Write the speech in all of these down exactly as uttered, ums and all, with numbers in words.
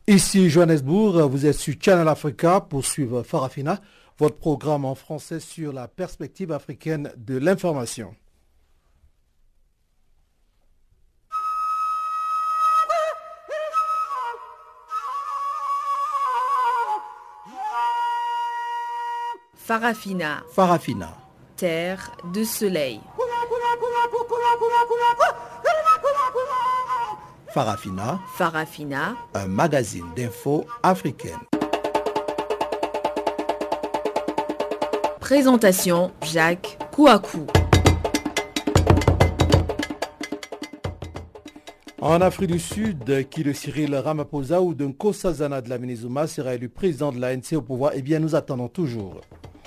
Ici Johannesburg, vous êtes sur Channel Africa pour suivre Farafina, votre programme en français sur la perspective africaine de l'information. Farafina. Farafina. Terre de soleil. Farafina. Farafina. Un magazine d'infos africaine. Présentation Jacques Kouakou. En Afrique du Sud, qui de Cyril Ramaphosa ou d'un Nkosazana de la Minizuma sera élu président de l'A N C au pouvoir, eh bien nous attendons toujours.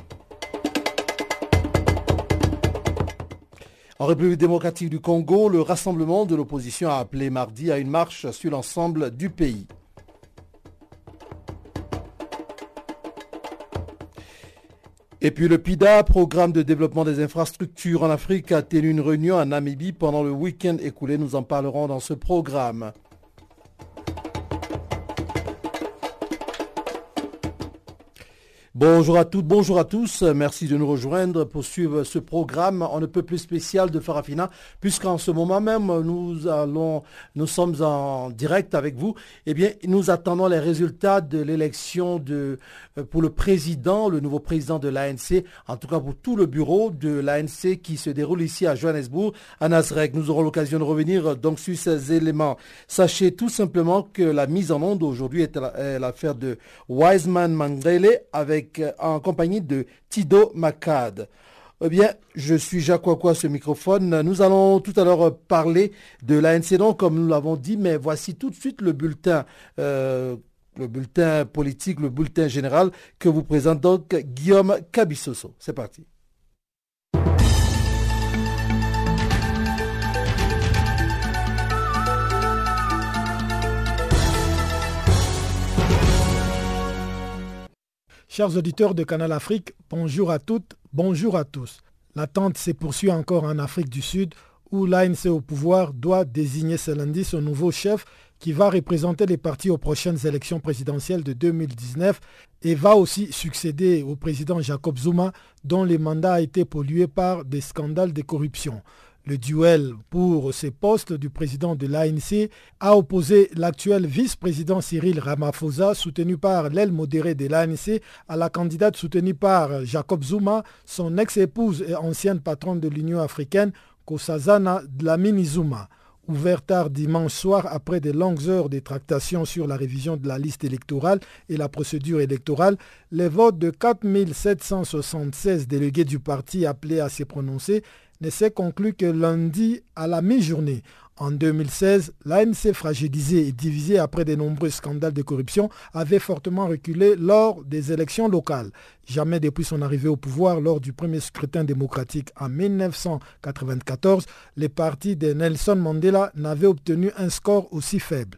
En République démocratique du Congo, le rassemblement de l'opposition a appelé mardi à une marche sur l'ensemble du pays. Et puis le P I D A, Programme de développement des infrastructures en Afrique, a tenu une réunion en Namibie pendant le week-end écoulé. Nous en parlerons dans ce programme. Bonjour à toutes, bonjour à tous. Merci de nous rejoindre pour suivre ce programme. On ne peut plus spécial de Farafina, puisqu'en ce moment même, nous allons, nous sommes en direct avec vous. Eh bien, nous attendons les résultats de l'élection de, pour le président, le nouveau président de l'A N C, en tout cas pour tout le bureau de l'A N C qui se déroule ici à Johannesburg, à Nasrec. Nous aurons l'occasion de revenir donc sur ces éléments. Sachez tout simplement que la mise en onde aujourd'hui est l'affaire de Wiseman Mangrele avec en compagnie de Tido Makad. Eh bien, je suis Jacques Kouakou à ce microphone. Nous allons tout à l'heure parler de l'A N C, donc, comme nous l'avons dit, mais voici tout de suite le bulletin, euh, le bulletin politique, le bulletin général que vous présente donc Guillaume Kabissoso. C'est parti. Chers auditeurs de Canal Afrique, bonjour à toutes, bonjour à tous. L'attente se poursuit encore en Afrique du Sud où l'A N C au pouvoir doit désigner ce lundi son nouveau chef qui va représenter les partis aux prochaines élections présidentielles de deux mille dix-neuf et va aussi succéder au président Jacob Zuma dont le mandat a été pollué par des scandales de corruption. Le duel pour ces postes du président de l'A N C a opposé l'actuel vice-président Cyril Ramaphosa, soutenu par l'aile modérée de l'A N C, à la candidate soutenue par Jacob Zuma, son ex-épouse et ancienne patronne de l'Union africaine, Nkosazana Dlamini Zuma. Ouvert tard dimanche soir après de longues heures de tractations sur la révision de la liste électorale et la procédure électorale, les votes de quatre mille sept cent soixante-seize délégués du parti appelés à se prononcer ne s'est conclu que lundi à la mi-journée. En deux mille seize, l'A N C fragilisée et divisée après de nombreux scandales de corruption avait fortement reculé lors des élections locales. Jamais depuis son arrivée au pouvoir lors du premier scrutin démocratique en mille neuf cent quatre-vingt-quatorze, le parti de Nelson Mandela n'avait obtenu un score aussi faible.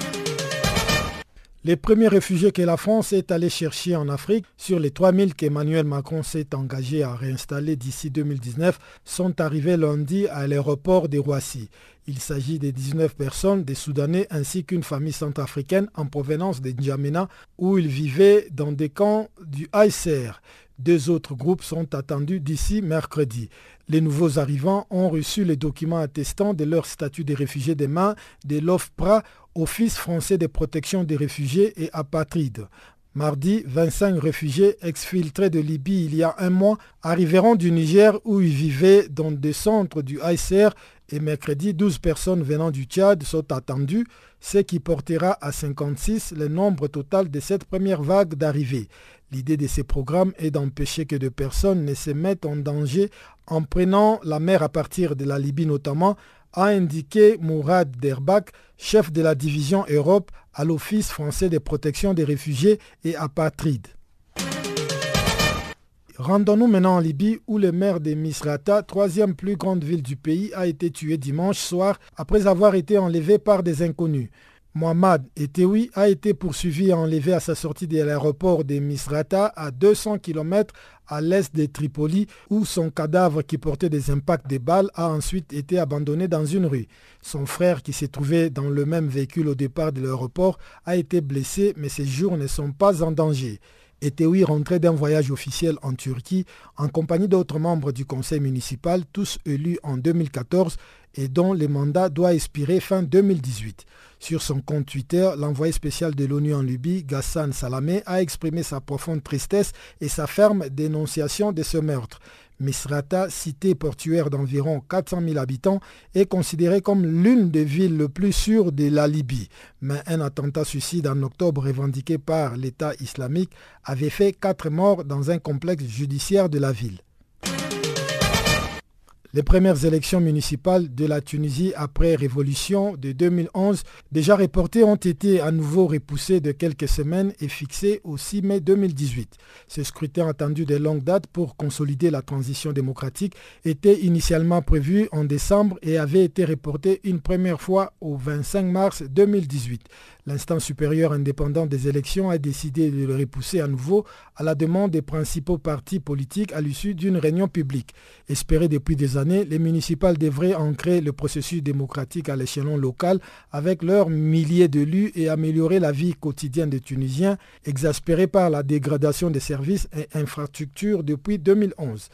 Les premiers réfugiés que la France est allée chercher en Afrique, sur les trois mille qu'Emmanuel Macron s'est engagé à réinstaller d'ici deux mille dix-neuf, sont arrivés lundi à l'aéroport de Roissy. Il s'agit de dix-neuf personnes, des Soudanais ainsi qu'une famille centrafricaine en provenance de N'Djamena où ils vivaient dans des camps du I C R. Deux autres groupes sont attendus d'ici mercredi. Les nouveaux arrivants ont reçu les documents attestant de leur statut de réfugiés des mains de l'O F P R A, Office français de protection des réfugiés et apatrides. Mardi, vingt-cinq réfugiés exfiltrés de Libye il y a un mois arriveront du Niger où ils vivaient dans des centres du I C R et mercredi, douze personnes venant du Tchad sont attendues, ce qui portera à cinquante-six le nombre total de cette première vague d'arrivées. L'idée de ces programmes est d'empêcher que des personnes ne se mettent en danger en prenant la mer à partir de la Libye notamment, a indiqué Mourad Derbak, chef de la division Europe à l'Office français de protection des réfugiés et apatrides. Rendons-nous maintenant en Libye où le maire de Misrata, troisième plus grande ville du pays, a été tué dimanche soir après avoir été enlevé par des inconnus. Mohamed Etewi a été poursuivi et enlevé à sa sortie de l'aéroport de Misrata à deux cents kilomètres à l'est de Tripoli où son cadavre qui portait des impacts de balles a ensuite été abandonné dans une rue. Son frère qui s'est trouvé dans le même véhicule au départ de l'aéroport a été blessé mais ses jours ne sont pas en danger. Etewi rentrait d'un voyage officiel en Turquie en compagnie d'autres membres du conseil municipal, tous élus en deux mille quatorze et dont le mandat doit expirer fin deux mille dix-huit. Sur son compte Twitter, l'envoyé spécial de l'ONU en Libye, Ghassan Salamé, a exprimé sa profonde tristesse et sa ferme dénonciation de ce meurtre. Misrata, cité portuaire d'environ quatre cent mille habitants, est considérée comme l'une des villes les plus sûres de la Libye. Mais un attentat suicide en octobre revendiqué par l'État islamique avait fait quatre morts dans un complexe judiciaire de la ville. Les premières élections municipales de la Tunisie après révolution de deux mille onze, déjà reportées, ont été à nouveau repoussées de quelques semaines et fixées au six mai deux mille dix-huit. Ce scrutin attendu de longue date pour consolider la transition démocratique était initialement prévu en décembre et avait été reporté une première fois au vingt-cinq mars deux mille dix-huit. L'instance supérieure indépendante des élections a décidé de le repousser à nouveau à la demande des principaux partis politiques à l'issue d'une réunion publique. Espéré depuis des années, les municipales devraient ancrer le processus démocratique à l'échelon local avec leurs milliers d'élus et améliorer la vie quotidienne des Tunisiens, exaspérés par la dégradation des services et infrastructures depuis deux mille onze.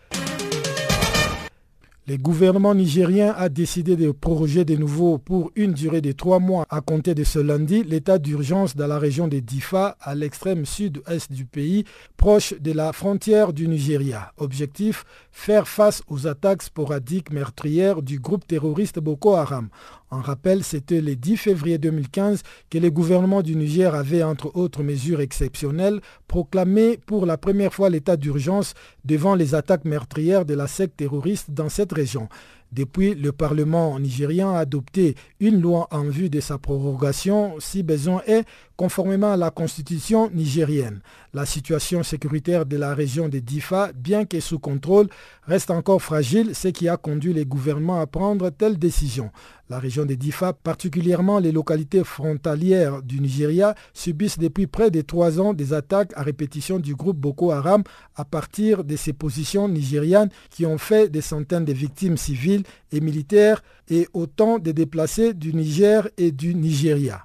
Le gouvernement nigérien a décidé de proroger de nouveau pour une durée de trois mois à compter de ce lundi l'état d'urgence dans la région de Difa, à l'extrême sud-est du pays, proche de la frontière du Nigeria. Objectif, faire face aux attaques sporadiques meurtrières du groupe terroriste Boko Haram. En rappel, c'était le dix février deux mille quinze que le gouvernement du Niger avait, entre autres mesures exceptionnelles, proclamé pour la première fois l'état d'urgence devant les attaques meurtrières de la secte terroriste dans cette région. Depuis, le Parlement nigérien a adopté une loi en vue de sa prorogation, si besoin est, conformément à la constitution nigérienne. La situation sécuritaire de la région de Difa, bien que sous contrôle, reste encore fragile, ce qui a conduit les gouvernements à prendre telle décision. La région de Difa, particulièrement les localités frontalières du Nigeria, subissent depuis près de trois ans des attaques à répétition du groupe Boko Haram à partir de ces positions nigérianes qui ont fait des centaines de victimes civiles et militaires et autant de déplacés du Niger et du Nigeria.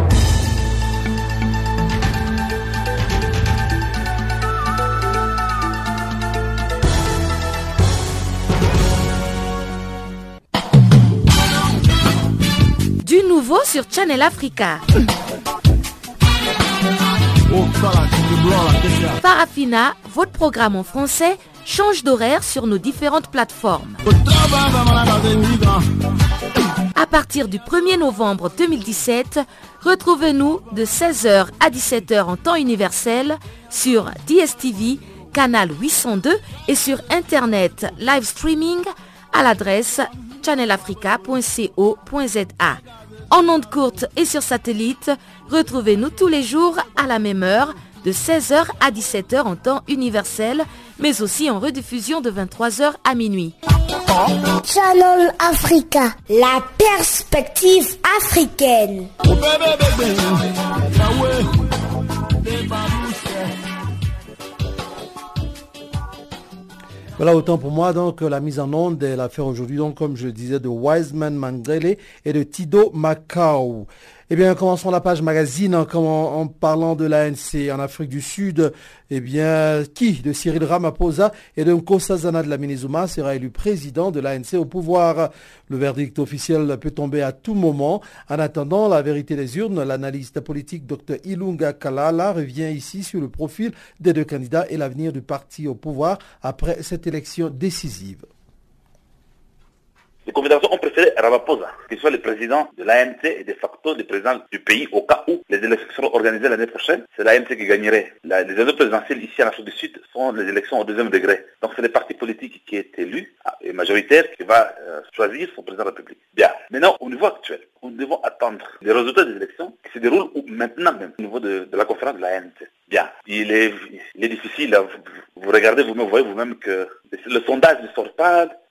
Du nouveau sur Channel Africa. Farafina, votre programme en français, change d'horaire sur nos différentes plateformes. À partir du premier novembre deux mille dix-sept, retrouvez-nous de seize heures à dix-sept heures en temps universel sur D S T V, canal huit cent deux et sur Internet live streaming à l'adresse channel africa point co point za. En ondes courtes et sur satellite, retrouvez-nous tous les jours à la même heure, de seize heures à dix-sept heures en temps universel, mais aussi en rediffusion de vingt-trois heures à minuit. Channel Africa, la perspective africaine. Voilà, autant pour moi, donc, la mise en onde de l'affaire aujourd'hui, donc, comme je le disais, de Wiseman Mangele et de Tido Macau. Eh bien, commençons la page magazine en, en, en parlant de l'A N C en Afrique du Sud. Eh bien, qui de Cyril Ramaphosa et de Nkosazana Dlamini Zuma sera élu président de l'A N C au pouvoir? Le verdict officiel peut tomber à tout moment. En attendant la vérité des urnes, l'analyste politique Dr Ilunga Kalala revient ici sur le profil des deux candidats et l'avenir du parti au pouvoir après cette élection décisive. Les confédérations ont préféré Ramaphosa, qu'il soit le président de l'A N C et de facto le président du pays au cas où les élections seront organisées l'année prochaine. C'est l'A N C qui gagnerait. La, les élections présidentielles ici en Afrique du Sud sont les élections au deuxième degré. Donc c'est le parti politique qui est élu et majoritaire qui va euh, choisir son président de la République. Bien. Maintenant, au niveau actuel, nous devons attendre les résultats des élections qui se déroulent maintenant même au niveau de, de la conférence de l'A N C. Bien. Il est, il est difficile. Vous, vous regardez vous-même, vous voyez vous-même que le sondage ne sort pas.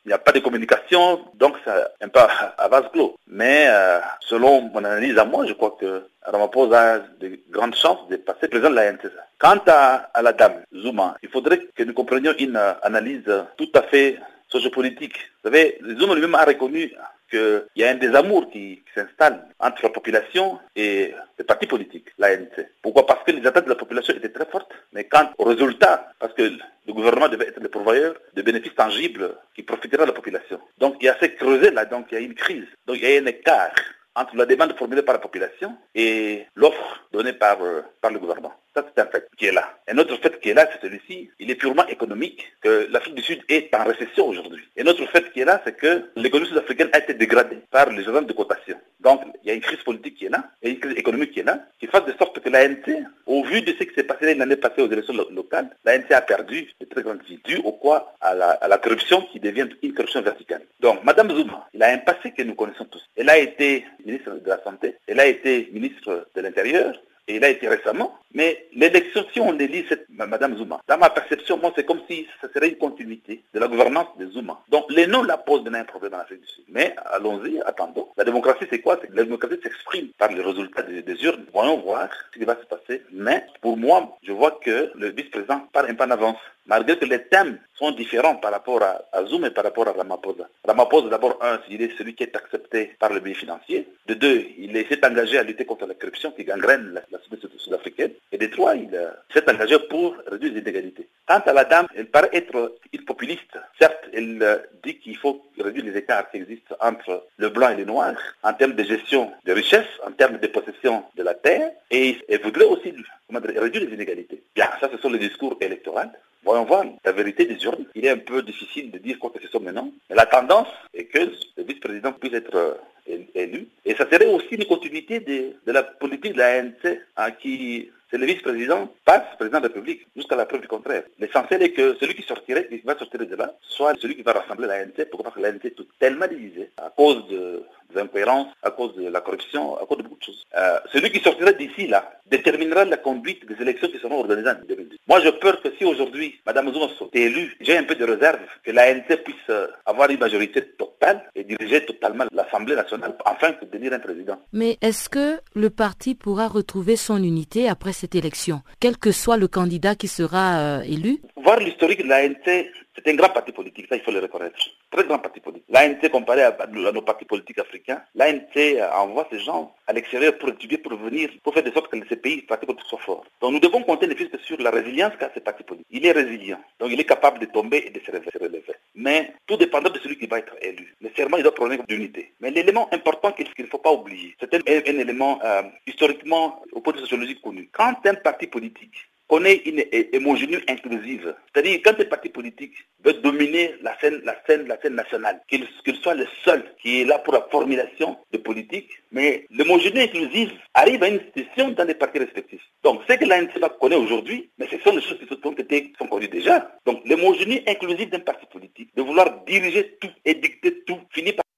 n'y a pas de communication, donc c'est un peu à vase clos. Mais euh, selon mon analyse à moi, je crois que Ramaphosa a de grandes chances de passer président de l'A N C. Quant à, à la dame Zuma, il faudrait que nous comprenions une euh, analyse tout à fait sociopolitique. Vous savez, Zuma lui-même a reconnu qu'il y a un désamour qui, qui s'installe entre la population et les partis politiques, l'A N C. Pourquoi? Parce que les attentes de la population étaient très fortes, mais quant au résultat, parce que le gouvernement devait être le pourvoyeur de bénéfices tangibles qui profiteraient à la population. Donc il y a ces creusets là, donc il y a une crise, donc il y a un écart entre la demande formulée par la population et l'offre donnée par, euh, par le gouvernement. Ça, c'est un fait qui est là. Un autre fait qui est là, c'est celui-ci. Il est purement économique, que l'Afrique du Sud est en récession aujourd'hui. Un autre fait qui est là, c'est que l'économie sud-africaine a été dégradée par les agences de cotation. Donc, il y a une crise politique qui est là, et une crise économique qui est là, qui fait de sorte que l'A N C, au vu de ce qui s'est passé l'année passée aux élections lo- locales, l'A N C a perdu de très grandes villes, dû au quoi à la, à la corruption qui devient une corruption verticale. Donc, Madame Zuma, il a un passé que nous connaissons tous. Elle a été ministre de la Santé, elle a été ministre de l'Intérieur, et il a été récemment. Mais l'élection, si on élit cette Madame Zuma, dans ma perception, moi, c'est comme si ce serait une continuité de la gouvernance de Zuma. Donc, les noms la posent maintenant un problème en Afrique du Sud. Mais allons-y, attendons. La démocratie, c'est quoi? C'est que la démocratie s'exprime par les résultats des, des urnes. Voyons voir ce qui va se passer. Mais pour moi, je vois que le vice-président part un pas en avance. Malgré que les thèmes sont différents par rapport à, à Zuma et par rapport à Ramaphosa. Ramaphosa, d'abord, un, il est celui qui est accepté par le pays financier. De deux, il s'est engagé à lutter contre la corruption qui gangrène la, la société sud-africaine. Et de trois, il euh, s'est engagé pour réduire les inégalités. Quant à la dame, elle paraît être une populiste. Certes, elle euh, dit qu'il faut réduire les écarts qui existent entre le blanc et le noir, en termes de gestion des richesses, en termes de possession de la terre, et elle voudrait aussi comment dire, réduire les inégalités. Bien, ça, ce sont les discours électoraux. Voyons voir la vérité des urnes. Il est un peu difficile de dire quoi que ce soit maintenant. Mais la tendance est que le vice-président puisse être euh, élu. Et ça serait aussi une continuité de, de la politique de la A N C, hein, qui, c'est le vice-président, passe président de la République, jusqu'à la preuve du contraire. L'essentiel est que celui qui sortirait, qui va sortir de là, soit celui qui va rassembler la A N C, pourquoi? Parce que la A N C est tout tellement divisée à cause de, des incohérences, à cause de la corruption, à cause de beaucoup de choses. Euh, celui qui sortira d'ici, là, déterminera la conduite des élections qui seront organisées en deux mille dix. Moi, je peur que si aujourd'hui, Mme Zuma soit élue, j'ai un peu de réserve que la A N C puisse euh, avoir une majorité totale et diriger totalement l'Assemblée nationale afin de devenir un président. Mais est-ce que le parti pourra retrouver son unité après cette élection, quel que soit le candidat qui sera euh, élu? Voir l'historique de l'A N C, c'est un grand parti politique, ça il faut le reconnaître. Très grand parti politique. L'A N C comparé à, à nos partis politiques africains, l'A N C envoie ces gens à l'extérieur pour étudier, pour venir, pour faire de sorte que ces pays partis politiques soient forts. Donc nous devons compter ne fût que sur la résilience qu'a ces partis politiques. Il est résilient, donc il est capable de tomber et de se relever. Mais tout dépendra de celui qui va être élu. Nécessairement, il doit prôner d'unité. Mais l'élément important qu'il ne faut pas oublier, c'est un, un élément euh, historiquement au point de vue sociologique connu. Quand un parti politique connaît une homogénéité inclusive, c'est-à-dire quand un parti politique veut dominer la scène, la scène, la scène nationale, qu'il qu'il soit le seul qui est là pour la formulation de politique, mais l'homogénéité inclusive arrive à une situation dans les partis respectifs. Donc, ce que l'A N C connaît aujourd'hui, mais ce sont des choses qui sont, qui sont connues déjà. Donc, l'homogénéité inclusive d'un parti politique, de vouloir diriger tout et dicter tout, finit par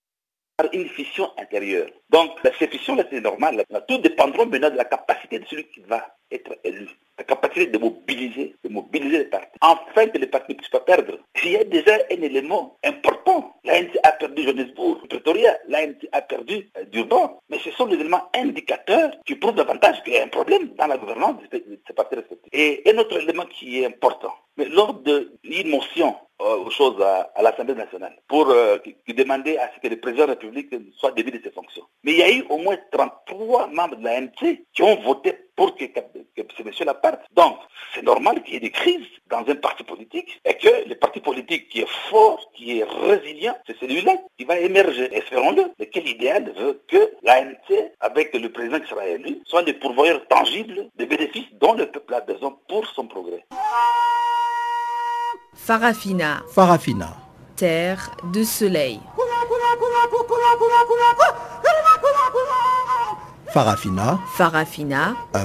une fission intérieure. Donc, ces fissions-là, c'est normal. Tout dépendra maintenant de la capacité de celui qui va être élu. La capacité de mobiliser, de mobiliser les partis. Afin que les partis ne puissent pas perdre. Il y a déjà un élément important. L'A N C a perdu Johannesburg, Pretoria. L'A N C a perdu euh, Durban. Mais ce sont des éléments indicateurs qui prouvent davantage qu'il y a un problème dans la gouvernance de ces partis respectifs. Et un autre élément qui est important. Mais lors d'une motion euh, aux choses à, à l'Assemblée nationale pour euh, qui, qui demandait à ce que le président de la République soit démis de ses fonctions. Mais il y a eu au moins trente-trois membres de l'A N C qui ont voté pour que, que, que ce monsieur-là parte. Donc, c'est normal qu'il y ait des crises dans un parti politique et que le parti politique qui est fort, qui est résilient, c'est celui-là qui va émerger. Espérons-le. Mais quel idéal veut que l'A N C, avec le président qui sera élu, soit des pourvoyeurs tangibles des bénéfices dont le peuple a besoin pour son progrès. Farafina. Farafina. Terre de soleil. Farafina. Farafina. Un...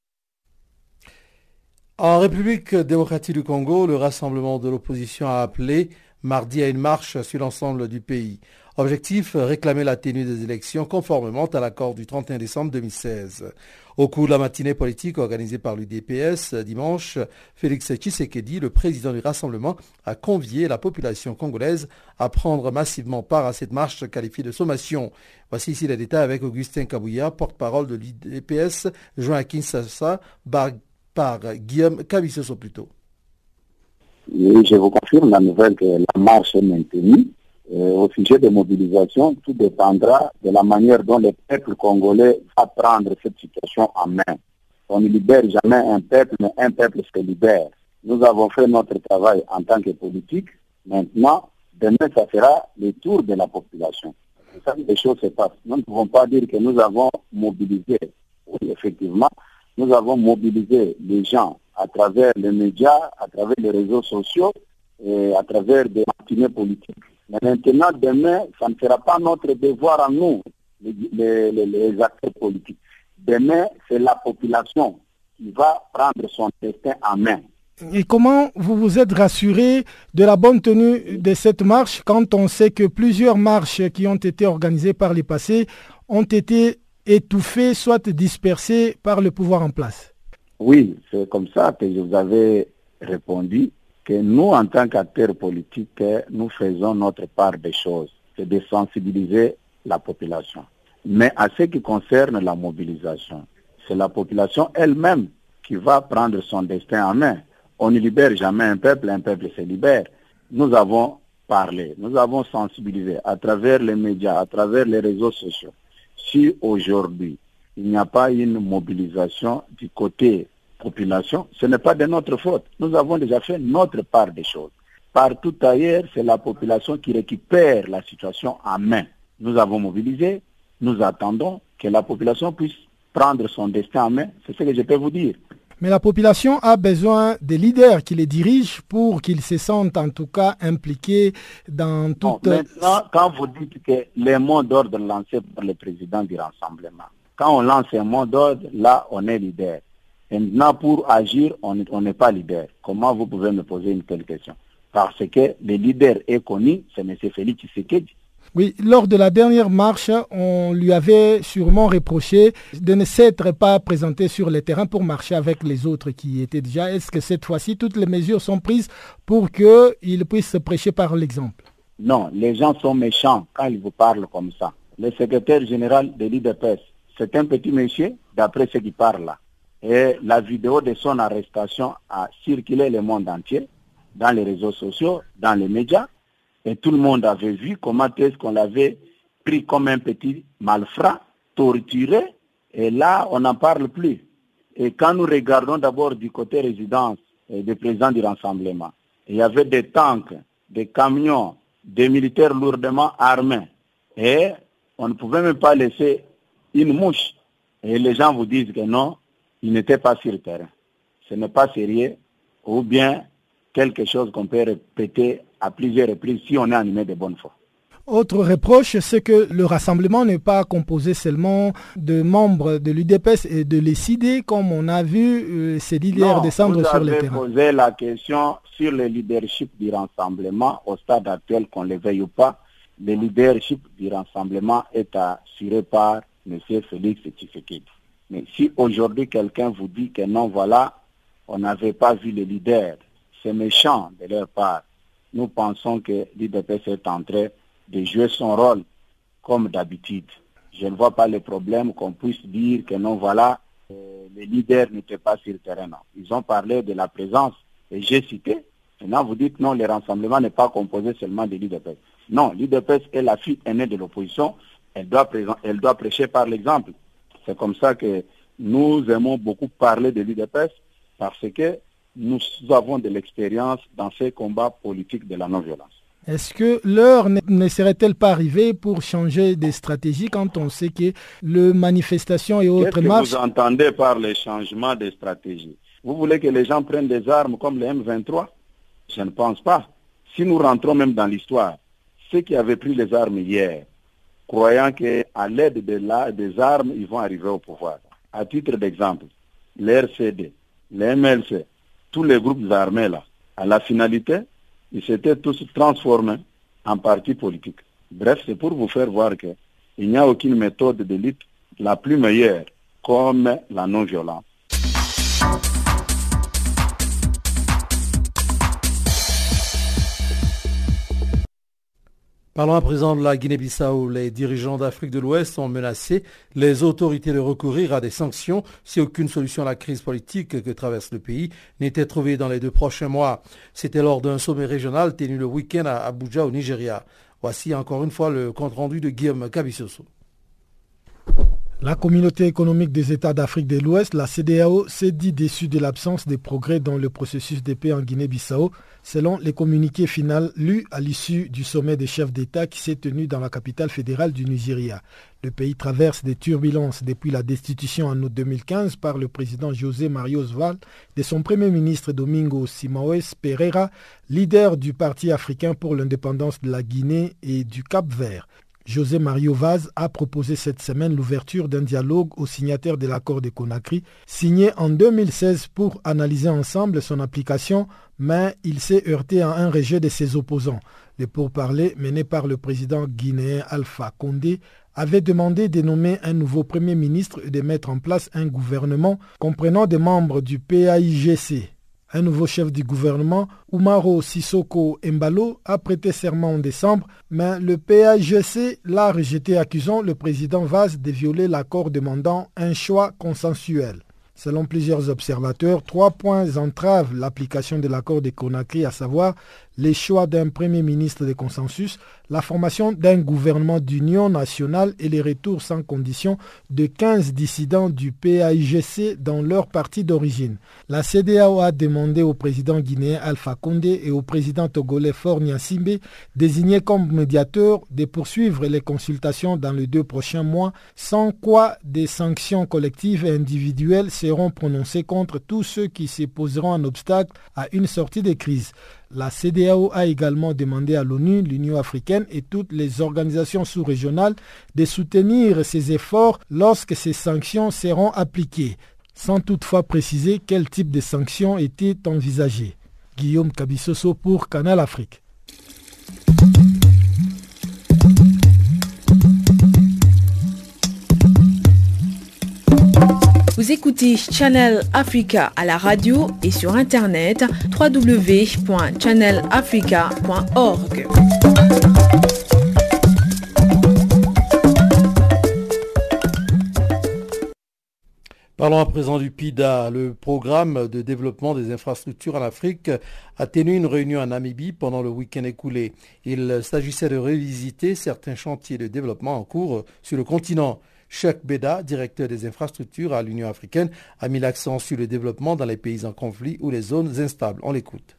En République démocratique du Congo, le rassemblement de l'opposition a appelé mardi à une marche sur l'ensemble du pays. Objectif, réclamer la tenue des élections conformément à l'accord du trente et un décembre deux mille seize. Au cours de la matinée politique organisée par l'U D P S dimanche, Félix Tshisekedi, le président du Rassemblement, a convié la population congolaise à prendre massivement part à cette marche qualifiée de sommation. Voici ici les détails avec Augustin Kabouya, porte-parole de l'U D P S, joint à Kinshasa par, par Guillaume Kabissoso plutôt. Oui, je vous confirme la nouvelle que la marche est maintenue. Euh, au sujet de mobilisation, tout dépendra de la manière dont le peuple congolais va prendre cette situation en main. On ne libère jamais un peuple, mais un peuple se libère. Nous avons fait notre travail en tant que politique. Maintenant, demain, ça sera le tour de la population. C'est ça que les choses se passent. Nous ne pouvons pas dire que nous avons mobilisé. Oui, effectivement, nous avons mobilisé les gens à travers les médias, à travers les réseaux sociaux et à travers des matinées politiques. Mais maintenant, demain, ça ne sera pas notre devoir à nous, les, les, les acteurs politiques. Demain, c'est la population qui va prendre son destin en main. Et comment vous vous êtes rassuré de la bonne tenue de cette marche quand on sait que plusieurs marches qui ont été organisées par les passés ont été étouffées, soit dispersées par le pouvoir en place? Oui, c'est comme ça que je vous avais répondu. Que nous, en tant qu'acteurs politiques, nous faisons notre part des choses, c'est de sensibiliser la population. Mais à ce qui concerne la mobilisation, c'est la population elle-même qui va prendre son destin en main. On ne libère jamais un peuple, un peuple se libère. Nous avons parlé, nous avons sensibilisé à travers les médias, à travers les réseaux sociaux. Si aujourd'hui, il n'y a pas une mobilisation du côté population, ce n'est pas de notre faute. Nous avons déjà fait notre part des choses. Partout ailleurs, c'est la population qui récupère la situation en main. Nous avons mobilisé, nous attendons que la population puisse prendre son destin en main. C'est ce que je peux vous dire. Mais la population a besoin des leaders qui les dirigent pour qu'ils se sentent en tout cas impliqués dans toute... Non, maintenant, quand vous dites que les mots d'ordre lancés par le président du Rassemblement, quand on lance un mot d'ordre, là, on est leader. Maintenant, pour agir, on n'est pas leader. Comment vous pouvez me poser une telle question? Parce que le leader est connu, c'est M. Félix Tshisekedi. Oui, lors de la dernière marche, on lui avait sûrement reproché de ne s'être pas présenté sur le terrain pour marcher avec les autres qui étaient déjà. Est-ce que cette fois-ci, toutes les mesures sont prises pour qu'il puisse prêcher par l'exemple? Non, les gens sont méchants quand ils vous parlent comme ça. Le secrétaire général de l'U D P S, c'est un petit monsieur, d'après ce qu'il parle là. Et la vidéo de son arrestation a circulé le monde entier, dans les réseaux sociaux, dans les médias, et tout le monde avait vu comment est-ce qu'on l'avait pris comme un petit malfrat, torturé, et là, on n'en parle plus. Et quand nous regardons d'abord du côté résidence des présidents du Rassemblement, il y avait des tanks, des camions, des militaires lourdement armés, et on ne pouvait même pas laisser une mouche. Et les gens vous disent que non, il n'était pas sur le terrain. Ce n'est pas sérieux, ou bien quelque chose qu'on peut répéter à plusieurs reprises si on est animé de bonne foi. Autre reproche, c'est que le rassemblement n'est pas composé seulement de membres de l'U D P S et de l'E C I D, comme on a vu euh, ces leaders non, descendre sur le terrain. Vous avez posé la question sur le leadership du rassemblement au stade actuel, qu'on le veuille ou pas. Le leadership du rassemblement est assuré par M. Félix Tshisekedi. Mais si aujourd'hui quelqu'un vous dit que non, voilà, on n'avait pas vu le leader, c'est méchant de leur part. Nous pensons que l'U D P S est en train de jouer son rôle comme d'habitude. Je ne vois pas le problème qu'on puisse dire que non, voilà, euh, les leaders n'étaient pas sur le terrain. Non. Ils ont parlé de la présence, et j'ai cité. Maintenant, vous dites non, le rassemblement n'est pas composé seulement de l'U D P S. Non, l'U D P S est la fille aînée de l'opposition. Elle doit, présent, elle doit prêcher par l'exemple. C'est comme ça que nous aimons beaucoup parler de l'U D P S, parce que nous avons de l'expérience dans ces combats politiques de la non-violence. Est-ce que l'heure ne serait-elle pas arrivée pour changer des stratégies quand on sait que les manifestations et autres marches... Qu'est-ce que vous entendez par les changements de stratégie? Vous voulez que les gens prennent des armes comme les M vingt-trois? Je ne pense pas. Si nous rentrons même dans l'histoire, ceux qui avaient pris les armes hier, croyant qu'à l'aide de la, des armes, ils vont arriver au pouvoir. À titre d'exemple, les R C D, les M L C, tous les groupes armés là, à la finalité, ils s'étaient tous transformés en partis politiques. Bref, c'est pour vous faire voir qu'il n'y a aucune méthode de lutte la plus meilleure comme la non-violence. Parlons à présent de la Guinée-Bissau. Les dirigeants d'Afrique de l'Ouest ont menacé les autorités de recourir à des sanctions si aucune solution à la crise politique que traverse le pays n'était trouvée dans les deux prochains mois. C'était lors d'un sommet régional tenu le week-end à Abuja au Nigeria. Voici encore une fois le compte-rendu de Guillaume Kabissoso. La communauté économique des États d'Afrique de l'Ouest, la C E D E A O, s'est dit déçue de l'absence de progrès dans le processus de paix en Guinée-Bissau, selon les communiqués finaux lus à l'issue du sommet des chefs d'État qui s'est tenu dans la capitale fédérale du Nigeria. Le pays traverse des turbulences depuis la destitution en août deux mille quinze par le président José Mario Vaz de son premier ministre Domingo Simoes Pereira, leader du Parti africain pour l'indépendance de la Guinée et du Cap-Vert. José Mario Vaz a proposé cette semaine l'ouverture d'un dialogue aux signataires de l'accord de Conakry, signé en deux mille seize pour analyser ensemble son application, mais il s'est heurté à un rejet de ses opposants. Les pourparlers menés par le président guinéen Alpha Condé avaient demandé de nommer un nouveau Premier ministre et de mettre en place un gouvernement comprenant des membres du P A I G C. Un nouveau chef du gouvernement, Umaro Sissoko Embalo, a prêté serment en décembre, mais le P A I G C l'a rejeté, accusant le président Vaz de violer l'accord demandant un choix consensuel. Selon plusieurs observateurs, trois points entravent l'application de l'accord de Conakry, à savoir les choix d'un premier ministre de consensus, la formation d'un gouvernement d'union nationale et les retours sans condition de quinze dissidents du P A I G C dans leur parti d'origine. La C E D E A O a demandé au président guinéen Alpha Condé et au président togolais Faure Gnassingbé, désignés comme médiateurs, de poursuivre les consultations dans les deux prochains mois, sans quoi des sanctions collectives et individuelles seront prononcées contre tous ceux qui se poseront un obstacle à une sortie de crise. La C E D E A O a également demandé à l'ONU, l'Union africaine et toutes les organisations sous-régionales de soutenir ces efforts lorsque ces sanctions seront appliquées, sans toutefois préciser quel type de sanctions étaient envisagées. Guillaume Kabissoso pour Canal Afrique. Vous écoutez Channel Africa à la radio et sur internet w w w point channel africa point org. Parlons à présent du P I D A. Le programme de développement des infrastructures en Afrique a tenu une réunion en Namibie pendant le week-end écoulé. Il s'agissait de revisiter certains chantiers de développement en cours sur le continent. Cheikh Beda, directeur des infrastructures à l'Union africaine, a mis l'accent sur le développement dans les pays en conflit ou les zones instables. On l'écoute.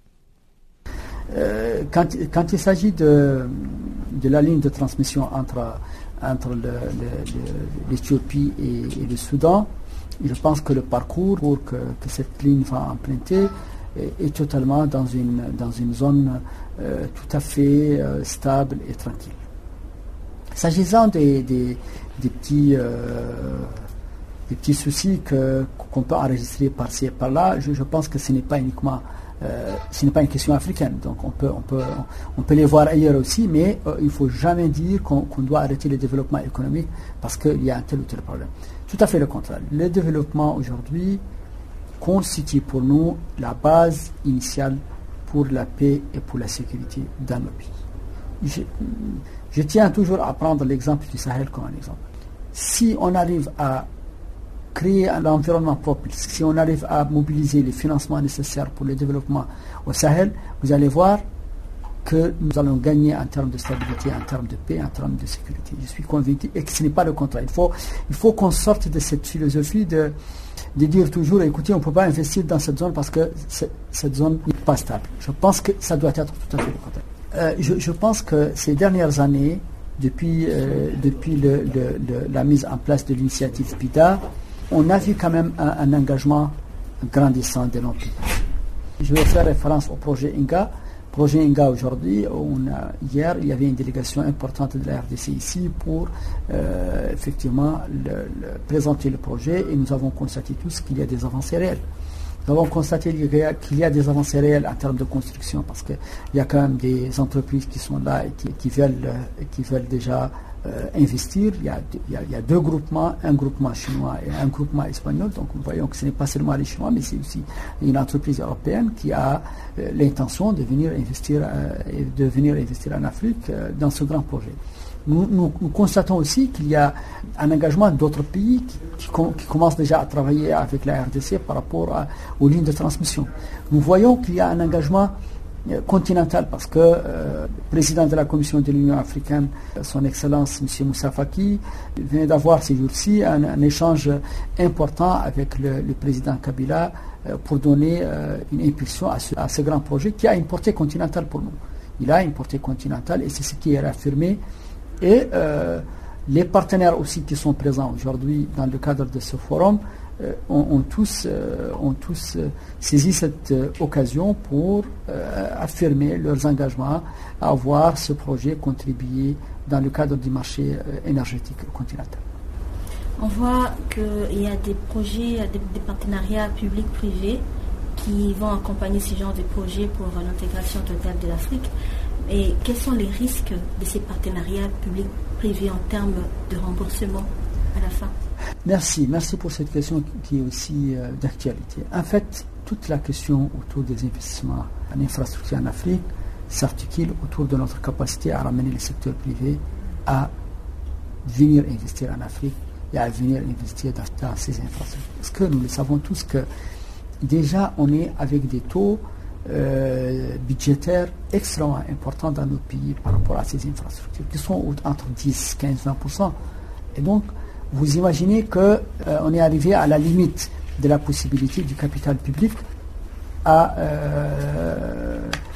Euh, quand, quand il s'agit de, de la ligne de transmission entre, entre le, le, le, l'Éthiopie et, et le Soudan, je pense que le parcours pour que, que cette ligne va emprunter est, est totalement dans une, dans une zone euh, tout à fait euh, stable et tranquille. S'agissant des, des, des, petits, euh, des petits soucis que, qu'on peut enregistrer par-ci et par-là, je, je pense que ce n'est pas uniquement euh, ce n'est pas une question africaine. Donc on peut, on peut, on peut les voir ailleurs aussi, mais euh, il ne faut jamais dire qu'on, qu'on doit arrêter le développement économique parce qu'il y a un tel ou tel problème. Tout à fait le contraire. Le développement aujourd'hui constitue pour nous la base initiale pour la paix et pour la sécurité dans nos pays. Je, je tiens toujours à prendre l'exemple du Sahel comme un exemple. Si on arrive à créer un environnement propice, si on arrive à mobiliser les financements nécessaires pour le développement au Sahel, vous allez voir que nous allons gagner en termes de stabilité, en termes de paix, en termes de sécurité. Je suis convaincu et que ce n'est pas le contraire. Il faut, il faut qu'on sorte de cette philosophie de, de dire toujours, écoutez, on ne peut pas investir dans cette zone parce que cette zone n'est pas stable. Je pense que ça doit être tout à fait le contraire. Euh, je, je pense que ces dernières années, depuis, euh, depuis le, le, le, la mise en place de l'initiative P I D A, on a vu quand même un, un engagement grandissant de nos pays. Je vais faire référence au projet INGA. Projet INGA aujourd'hui, on a, hier, il y avait une délégation importante de la R D C ici pour euh, effectivement le, le, présenter le projet et nous avons constaté tous qu'il y a des avancées réelles. Nous avons constaté qu'il y a, qu'il y a des avancées réelles en termes de construction parce qu'il y a quand même des entreprises qui sont là et qui, qui, veulent, qui veulent déjà euh, investir. Il y, a, il, y a, il y a deux groupements, un groupement chinois et un groupement espagnol. Donc nous voyons que ce n'est pas seulement les Chinois, mais c'est aussi une entreprise européenne qui a euh, l'intention de venir investir, euh, de venir investir en Afrique euh, dans ce grand projet. Nous, nous, nous constatons aussi qu'il y a un engagement d'autres pays qui, qui, com- qui commencent déjà à travailler avec la R D C par rapport à, aux lignes de transmission. Nous voyons qu'il y a un engagement euh, continental parce que euh, le président de la Commission de l'Union africaine, son Excellence M. Moussa Faki, vient d'avoir ces jours-ci un, un échange important avec le, le président Kabila euh, pour donner euh, une impulsion à ce, à ce grand projet qui a une portée continentale pour nous. Il a une portée continentale et c'est ce qui est réaffirmé. Et euh, les partenaires aussi qui sont présents aujourd'hui dans le cadre de ce forum euh, ont, ont tous, euh, ont tous euh, saisi cette euh, occasion pour euh, affirmer leurs engagements à voir ce projet contribuer dans le cadre du marché euh, énergétique continental. On voit qu'il y a des projets, des, des partenariats publics-privés qui vont accompagner ce genre de projets pour l'intégration totale de l'Afrique. Et quels sont les risques de ces partenariats publics-privés en termes de remboursement à la fin? Merci, merci pour cette question qui est aussi euh, d'actualité. En fait, toute la question autour des investissements en infrastructure en Afrique s'articule autour de notre capacité à ramener le secteur privé à venir investir en Afrique et à venir investir dans, dans ces infrastructures. Parce que nous le savons tous que déjà on est avec des taux Euh, budgétaires extrêmement importants dans nos pays par rapport à ces infrastructures qui sont entre dix, quinze, vingt pour cent. Et donc, vous imaginez qu'on euh, est arrivé à la limite de la possibilité du capital public à euh,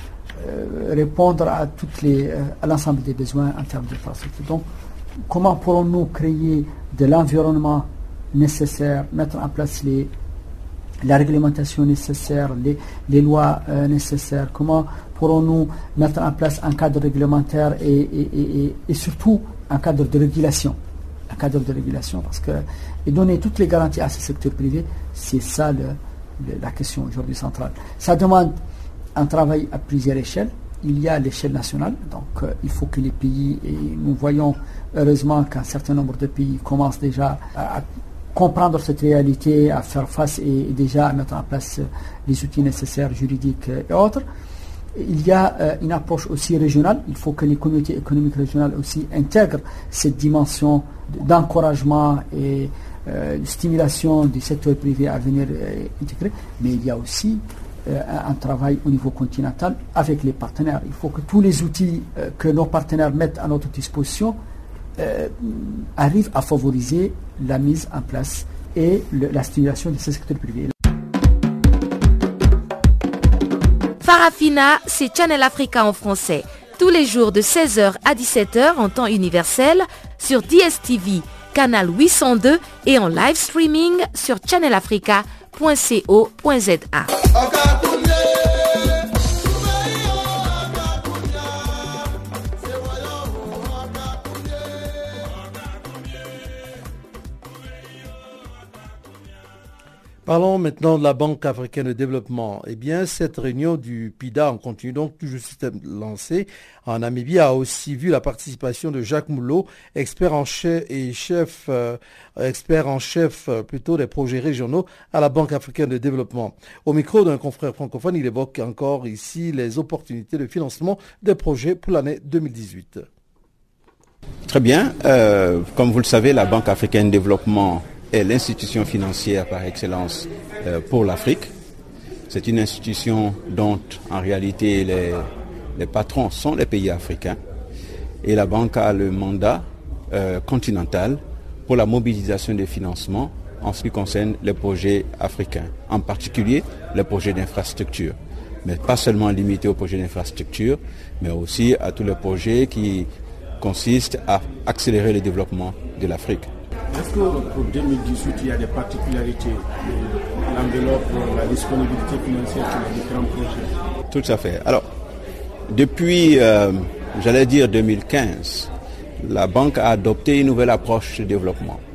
euh, répondre à, toutes les, euh, à l'ensemble des besoins en termes d'infrastructures. Donc, comment pourrons-nous créer de l'environnement nécessaire, mettre en place les la réglementation nécessaire, les, les lois euh, nécessaires, comment pourrons-nous mettre en place un cadre réglementaire et, et, et, et surtout un cadre de régulation. Un cadre de régulation, parce que et donner toutes les garanties à ce secteur privé, c'est ça le, le, la question aujourd'hui centrale. Ça demande un travail à plusieurs échelles. Il y a l'échelle nationale, donc euh, il faut que les pays, et nous voyons heureusement qu'un certain nombre de pays commencent déjà à, à comprendre cette réalité, à faire face et, et déjà à mettre en place euh, les outils nécessaires, juridiques euh, et autres. Il y a euh, une approche aussi régionale. Il faut que les communautés économiques régionales aussi intègrent cette dimension d'encouragement et euh, de stimulation du secteur privé à venir euh, intégrer. Mais il y a aussi euh, un, un travail au niveau continental avec les partenaires. Il faut que tous les outils euh, que nos partenaires mettent à notre disposition Euh, arrive à favoriser la mise en place et le, la stimulation de ce secteur privé. Farafina, c'est Channel Africa en français. Tous les jours de seize heures à dix-sept heures en temps universel sur D S T V, canal huit cent deux et en live streaming sur channel africa point co point za. Parlons maintenant de la Banque africaine de développement. Eh bien, cette réunion du P I D A, on continue donc tout juste lancée en Namibie, a aussi vu la participation de Jacques Moulot, expert en chef et chef, euh, expert en chef euh, plutôt des projets régionaux à la Banque africaine de développement. Au micro d'un confrère francophone, il évoque encore ici les opportunités de financement des projets pour l'année deux mille dix-huit. Très bien. Euh, comme vous le savez, la Banque africaine de développement est l'institution financière par excellence euh, pour l'Afrique. C'est une institution dont en réalité les, les patrons sont les pays africains et la banque a le mandat euh, continental pour la mobilisation des financements en ce qui concerne les projets africains, en particulier les projets d'infrastructure, mais pas seulement limité aux projets d'infrastructure, mais aussi à tous les projets qui consistent à accélérer le développement de l'Afrique. Est-ce que pour deux mille dix-huit, il y a des particularités de l'enveloppe, la disponibilité financière sur les différents projets? Tout à fait. Alors, depuis, euh, j'allais dire deux mille quinze, la banque a adopté une nouvelle approche de développement.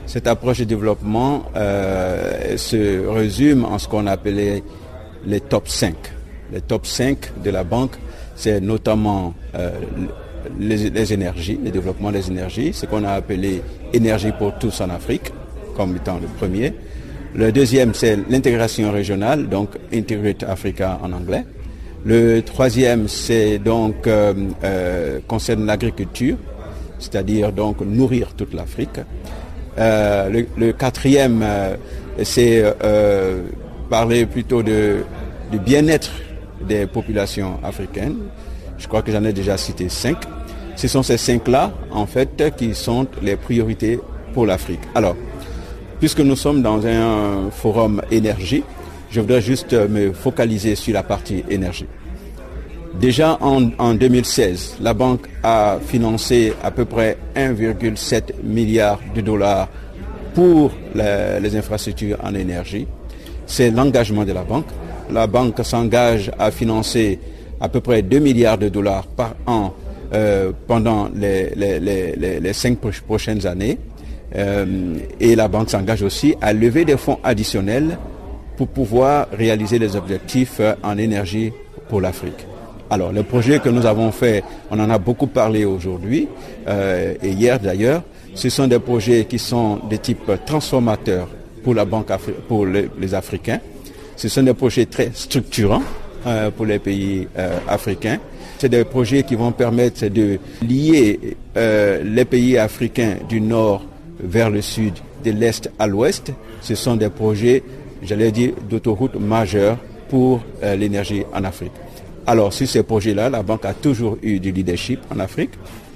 Cette approche de développement euh, se résume en ce qu'on appelait les top cinq. Les top cinq de la banque, c'est notamment euh, les, les énergies, le développement des énergies, ce qu'on a appelé énergie pour tous en Afrique, comme étant le premier. Le deuxième, c'est l'intégration régionale, donc Integrate Africa en anglais. Le troisième, c'est donc euh, euh, concerne l'agriculture, c'est-à-dire donc nourrir toute l'Afrique. Euh, le, le quatrième, euh, c'est euh, parler plutôt de, du bien-être des populations africaines. Je crois que j'en ai déjà cité cinq. Ce sont ces cinq-là, en fait, qui sont les priorités pour l'Afrique. Alors, puisque nous sommes dans un forum énergie, je voudrais juste me focaliser sur la partie énergie. Déjà en, en deux mille seize, la banque a financé à peu près un virgule sept milliard de dollars pour les, les infrastructures en énergie. C'est l'engagement de la banque. La banque s'engage à financer à peu près deux milliards de dollars par an euh, pendant les, les, les, les cinq prochaines années. Euh, et la banque s'engage aussi à lever des fonds additionnels pour pouvoir réaliser les objectifs en énergie pour l'Afrique. Alors, le projet que nous avons fait, on en a beaucoup parlé aujourd'hui euh, et hier d'ailleurs, ce sont des projets qui sont de type transformateur pour la banque Afri- pour les, les Africains. Ce sont des projets très structurants euh, pour les pays euh, africains. C'est des projets qui vont permettre de lier euh, les pays africains du nord vers le sud, de l'est à l'ouest. Ce sont des projets, j'allais dire, d'autoroute majeure pour euh, l'énergie en Afrique. Alors, sur ces projets-là, la banque a toujours eu du leadership en Afrique.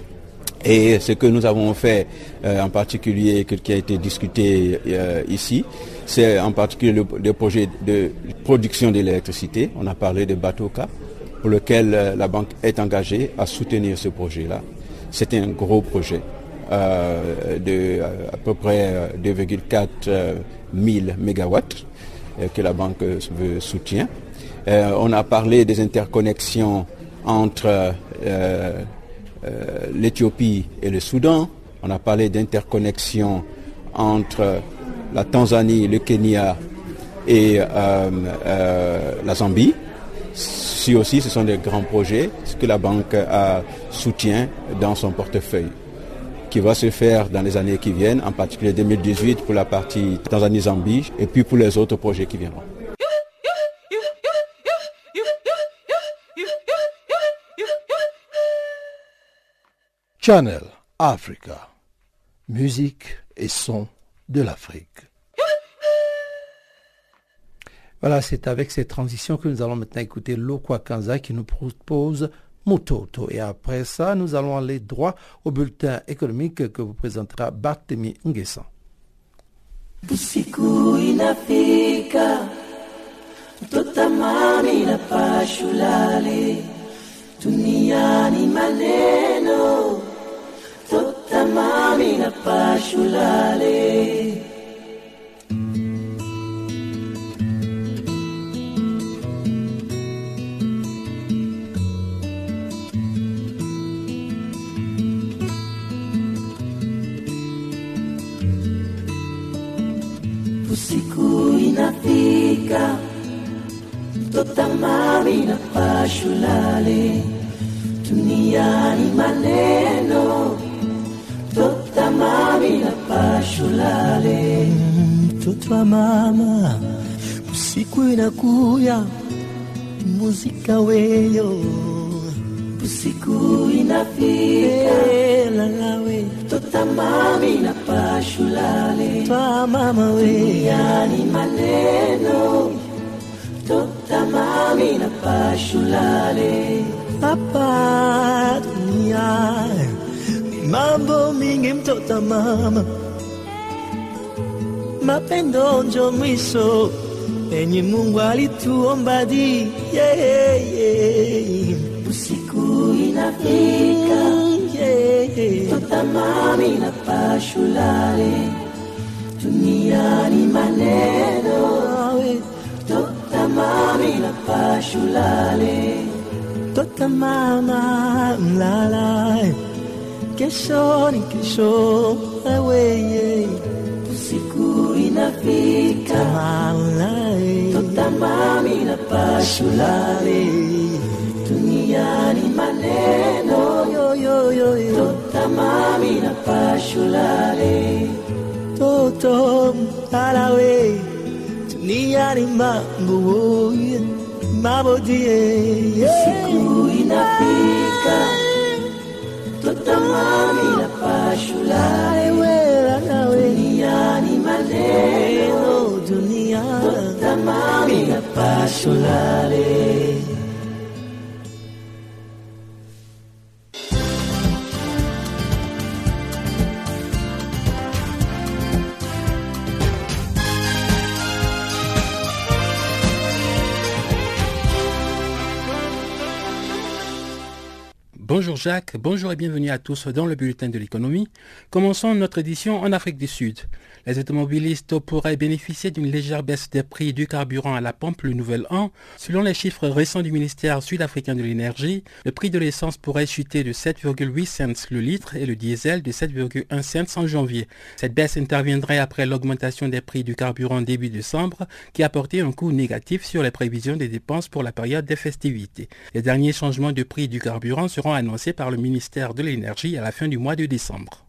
Et ce que nous avons fait, euh, en particulier, qui a été discuté euh, ici, c'est en particulier le, le projet de production de l'électricité. On a parlé de Batoka, pour lequel euh, la banque est engagée à soutenir ce projet-là. C'est un gros projet euh, de à peu près deux virgule quatre mille mégawatts euh, que la banque veut soutient. Euh, on a parlé des interconnexions entre euh, euh, l'Éthiopie et le Soudan. On a parlé d'interconnexions entre la Tanzanie, le Kenya et euh, euh, la Zambie. Si aussi, ce sont des grands projets que la banque a, soutient dans son portefeuille, qui va se faire dans les années qui viennent, en particulier deux mille dix-huit pour la partie Tanzanie-Zambie et puis pour les autres projets qui viendront. Channel Africa, musique et son de l'Afrique. Voilà, c'est avec cette transition que nous allons maintenant écouter Lokwa Kanza qui nous propose Mutoto. Et après ça, nous allons aller droit au bulletin économique que vous présentera Barthélemy Nguessan. Usiku inafika, totamani na pashulale, duniani maneno, totamani na pashulale. Usiku inafika, totamani na pashulale, duniani maneno, totamani na pashulale. Mtoto wa mama, usiku inakuya, muzika weyo. Usiku inafika, lalawe, totamani na pashulale, twa mama we. Duniani maneno, totamani na pashulale. Hapa dunia ni mambo mingi mtoto mama, mapendo njo mwisho enye Mungu alituomba di yeah, yeah. Usiku inafika, yeah, yeah. Totamani na pashulale, duniani maneno, totamani na pashulale. Tota mama mlala, kesho ni kesho, aweye. siku inafika, tutamami na pashulale, duniani maneno yo yo yo yo, tutamami na pashulale, toto alawe, duniani mambo mambo die, siku inafika, tutamami na pashulale, duniani maneno dunia, tutamami na pashulale. Bonjour Jacques, bonjour et bienvenue à tous dans le bulletin de l'économie. Commençons notre édition en Afrique du Sud. Les automobilistes pourraient bénéficier d'une légère baisse des prix du carburant à la pompe le nouvel an. Selon les chiffres récents du ministère sud-africain de l'énergie, le prix de l'essence pourrait chuter de sept virgule huit cents le litre et le diesel de sept virgule un cents en janvier. Cette baisse interviendrait après l'augmentation des prix du carburant début décembre qui a porté un coût négatif sur les prévisions des dépenses pour la période des festivités. Les derniers changements de prix du carburant seront annoncé par le ministère de l'Énergie à la fin du mois de décembre.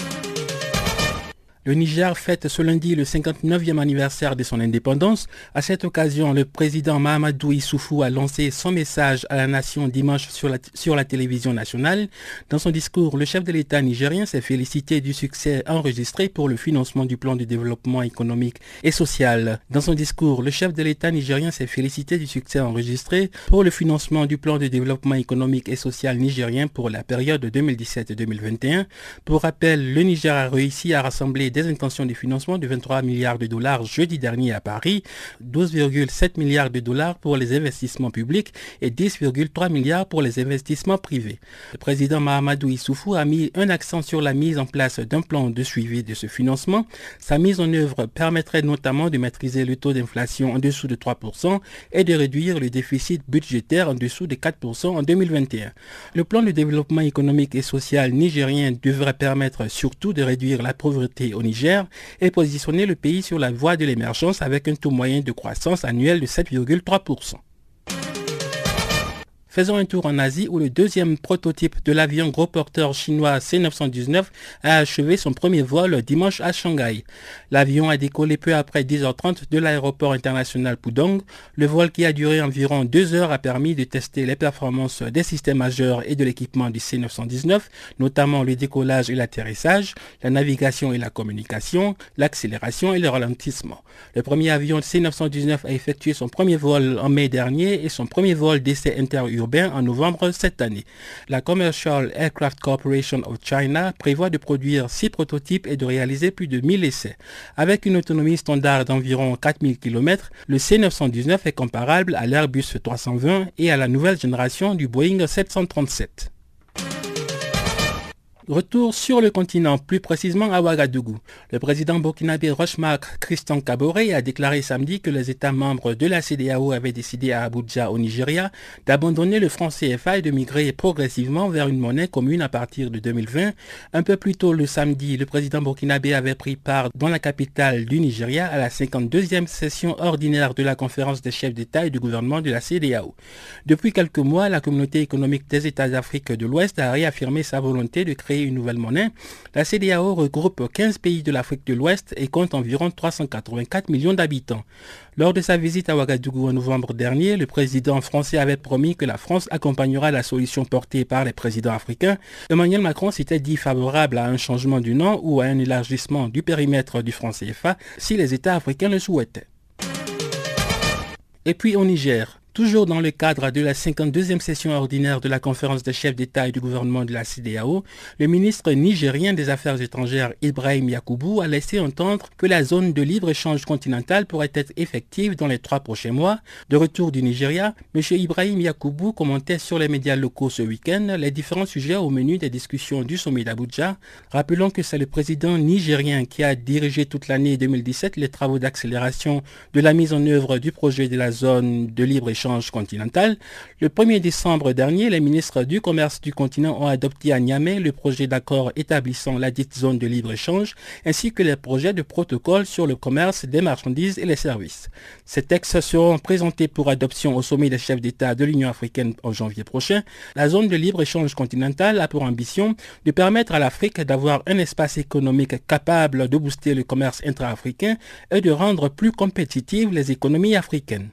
Le Niger fête ce lundi le cinquante-neuvième anniversaire de son indépendance. À cette occasion, le président Mahamadou Issoufou a lancé son message à la nation dimanche sur la, sur la télévision nationale. Dans son discours, le chef de l'État nigérien s'est félicité du succès enregistré pour le financement du plan de développement économique et social. Dans son discours, le chef de l'État nigérien s'est félicité du succès enregistré pour le financement du plan de développement économique et social nigérien pour la période deux mille dix-sept deux mille vingt et un. Pour rappel, le Niger a réussi à rassembler des intentions de financement de vingt-trois milliards de dollars jeudi dernier à Paris, douze virgule sept milliards de dollars pour les investissements publics et dix virgule trois milliards pour les investissements privés. Le président Mahamadou Issoufou a mis un accent sur la mise en place d'un plan de suivi de ce financement. Sa mise en œuvre permettrait notamment de maîtriser le taux d'inflation en dessous de trois pour cent et de réduire le déficit budgétaire en dessous de quatre pour cent en deux mille vingt et un. Le plan de développement économique et social nigérien devrait permettre surtout de réduire la pauvreté au Niger et positionner le pays sur la voie de l'émergence avec un taux moyen de croissance annuel de sept virgule trois pour cent. Faisons un tour en Asie où le deuxième prototype de l'avion gros porteur chinois C neuf cent dix-neuf a achevé son premier vol dimanche à Shanghai. L'avion a décollé peu après dix heures trente de l'aéroport international Pudong. Le vol qui a duré environ deux heures a permis de tester les performances des systèmes majeurs et de l'équipement du C neuf cent dix-neuf, notamment le décollage et l'atterrissage, la navigation et la communication, l'accélération et le ralentissement. Le premier avion C neuf cent dix-neuf a effectué son premier vol en mai dernier et son premier vol d'essai interurbain en novembre cette année. La Commercial Aircraft Corporation of China prévoit de produire six prototypes et de réaliser plus de mille essais. Avec une autonomie standard d'environ quatre mille kilomètres, le C neuf cent dix-neuf est comparable à l'Airbus trois cent vingt et à la nouvelle génération du Boeing sept cent trente-sept. Retour sur le continent, plus précisément à Ouagadougou. Le président burkinabé Roch-Marc Christian Kaboré a déclaré samedi que les États membres de la C E D E A O avaient décidé à Abuja, au Nigeria, d'abandonner le franc C F A et de migrer progressivement vers une monnaie commune à partir de deux mille vingt. Un peu plus tôt le samedi, le président burkinabé avait pris part dans la capitale du Nigeria à la cinquante-deuxième session ordinaire de la conférence des chefs d'État et de gouvernement de la C E D E A O. Depuis quelques mois, la communauté économique des États d'Afrique de l'Ouest a réaffirmé sa volonté de créer une nouvelle monnaie. La C E D E A O regroupe quinze pays de l'Afrique de l'Ouest et compte environ trois cent quatre-vingt-quatre millions d'habitants. Lors de sa visite à Ouagadougou en novembre dernier, le président français avait promis que la France accompagnera la solution portée par les présidents africains. Emmanuel Macron s'était dit favorable à un changement du nom ou à un élargissement du périmètre du franc C F A si les États africains le souhaitaient. Et puis au Niger. Toujours dans le cadre de la cinquante-deuxième session ordinaire de la conférence des chefs d'État et du gouvernement de la C E D E A O, le ministre nigérien des Affaires étrangères Ibrahim Yakubu a laissé entendre que la zone de libre-échange continentale pourrait être effective dans les trois prochains mois. De retour du Nigeria, M. Ibrahim Yakubu commentait sur les médias locaux ce week-end les différents sujets au menu des discussions du sommet d'Abuja. Rappelons que c'est le président nigérien qui a dirigé toute l'année deux mille dix-sept les travaux d'accélération de la mise en œuvre du projet de la zone de libre-échange libre-échange continental. Le premier décembre dernier, les ministres du commerce du continent ont adopté à Niamey le projet d'accord établissant la dite zone de libre-échange ainsi que les projets de protocole sur le commerce des marchandises et les services. Ces textes seront présentés pour adoption au sommet des chefs d'État de l'Union africaine en janvier prochain. La zone de libre-échange continentale a pour ambition de permettre à l'Afrique d'avoir un espace économique capable de booster le commerce intra-africain et de rendre plus compétitives les économies africaines.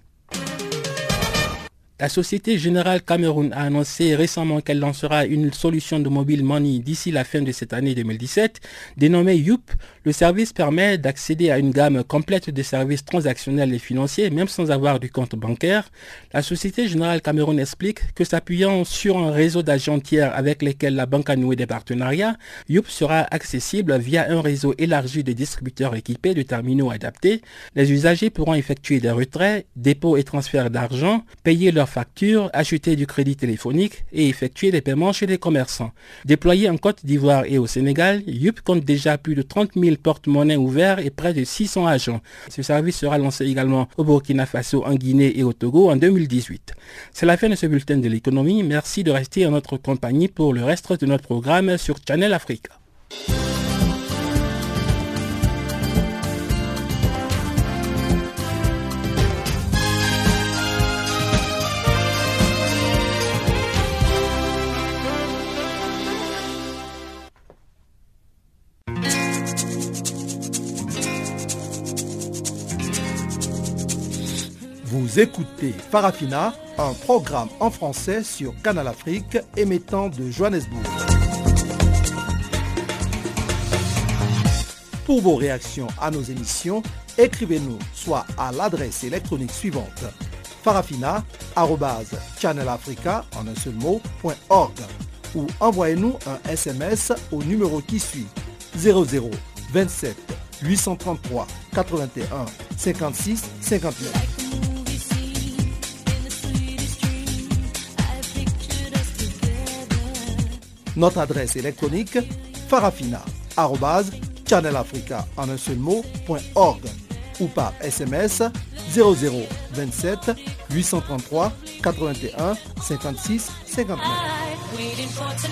La Société Générale Cameroun a annoncé récemment qu'elle lancera une solution de mobile money d'ici la fin de cette année deux mille dix-sept, dénommée Youp. Le service permet d'accéder à une gamme complète de services transactionnels et financiers, même sans avoir du compte bancaire. La Société Générale Cameroun explique que s'appuyant sur un réseau d'agents tiers avec lesquels la banque a noué des partenariats, Youp sera accessible via un réseau élargi de distributeurs équipés de terminaux adaptés. Les usagers pourront effectuer des retraits, dépôts et transferts d'argent, payer leurs factures, acheter du crédit téléphonique et effectuer des paiements chez les commerçants. Déployé en Côte d'Ivoire et au Sénégal, Youp compte déjà plus de trente mille porte-monnaies ouverts et près de six cents agents. Ce service sera lancé également au Burkina Faso, en Guinée et au Togo en deux mille dix-huit. C'est la fin de ce bulletin de l'économie. Merci de rester en notre compagnie pour le reste de notre programme sur Channel Africa. Vous écoutez Farafina, un programme en français sur Canal Afrique émettant de Johannesburg. Pour vos réactions à nos émissions, écrivez-nous soit à l'adresse électronique suivante farafina arobase channelafrica en un seul mot point org ou envoyez-nous un S M S au numéro qui suit zéro zéro vingt-sept huit cent trente-trois quatre-vingt-un cinquante-six cinquante-neuf. Notre adresse électronique farafina arobase channelafrica en un seul mot point org ou par S M S zéro zéro vingt-sept huit cent trente-trois quatre-vingt-un cinquante-six cinquante-neuf.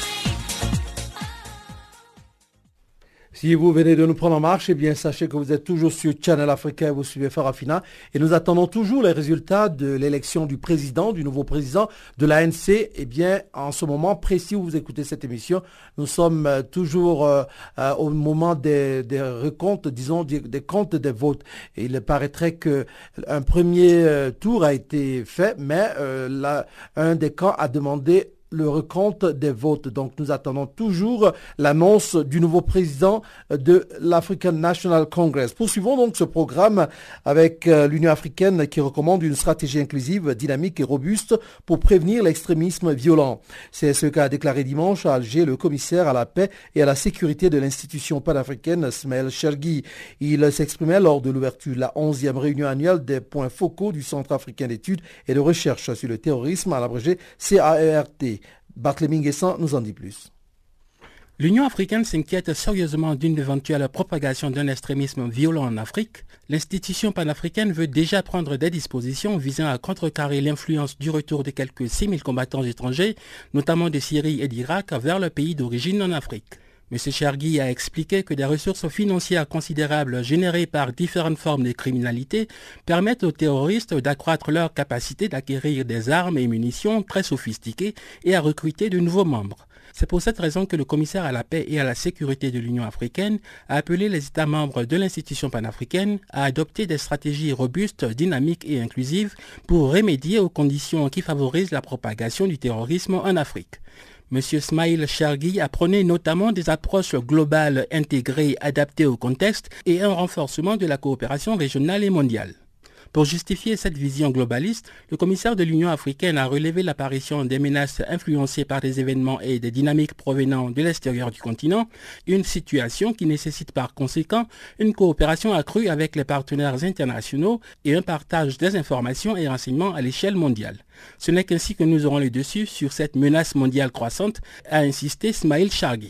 Si vous venez de nous prendre en marche, eh bien, sachez que vous êtes toujours sur Channel Africa et vous suivez Farafina. Et nous attendons toujours les résultats de l'élection du président, du nouveau président de l'A N C. Eh bien, en ce moment précis où vous écoutez cette émission, nous sommes euh, toujours euh, euh, au moment des, des recomptes, disons, des, des comptes des votes. Et il paraîtrait qu'un premier euh, tour a été fait, mais euh, là, un des camps a demandé le recompte des votes. Donc nous attendons toujours l'annonce du nouveau président de l'African National Congress. Poursuivons donc ce programme avec euh, l'Union africaine qui recommande une stratégie inclusive, dynamique et robuste pour prévenir l'extrémisme violent. C'est ce qu'a déclaré dimanche à Alger le commissaire à la paix et à la sécurité de l'institution panafricaine, Smail Chergui. Il s'exprimait lors de l'ouverture de la onzième réunion annuelle des points focaux du Centre africain d'études et de recherche sur le terrorisme, à l'abrégé C A E R T. Barthélémy Nguessan nous en dit plus. L'Union africaine s'inquiète sérieusement d'une éventuelle propagation d'un extrémisme violent en Afrique. L'institution panafricaine veut déjà prendre des dispositions visant à contrecarrer l'influence du retour de quelques six mille combattants étrangers, notamment de Syrie et d'Irak, vers le pays d'origine en Afrique. M. Chergui a expliqué que des ressources financières considérables générées par différentes formes de criminalité permettent aux terroristes d'accroître leur capacité d'acquérir des armes et munitions très sophistiquées et à recruter de nouveaux membres. C'est pour cette raison que le commissaire à la paix et à la sécurité de l'Union africaine a appelé les États membres de l'institution panafricaine à adopter des stratégies robustes, dynamiques et inclusives pour remédier aux conditions qui favorisent la propagation du terrorisme en Afrique. M. Smail Chergui a prôné notamment des approches globales intégrées, adaptées au contexte et un renforcement de la coopération régionale et mondiale. Pour justifier cette vision globaliste, le commissaire de l'Union africaine a relevé l'apparition des menaces influencées par des événements et des dynamiques provenant de l'extérieur du continent, une situation qui nécessite par conséquent une coopération accrue avec les partenaires internationaux et un partage des informations et renseignements à l'échelle mondiale. Ce n'est qu'ainsi que nous aurons le dessus sur cette menace mondiale croissante, a insisté Smail Chergui.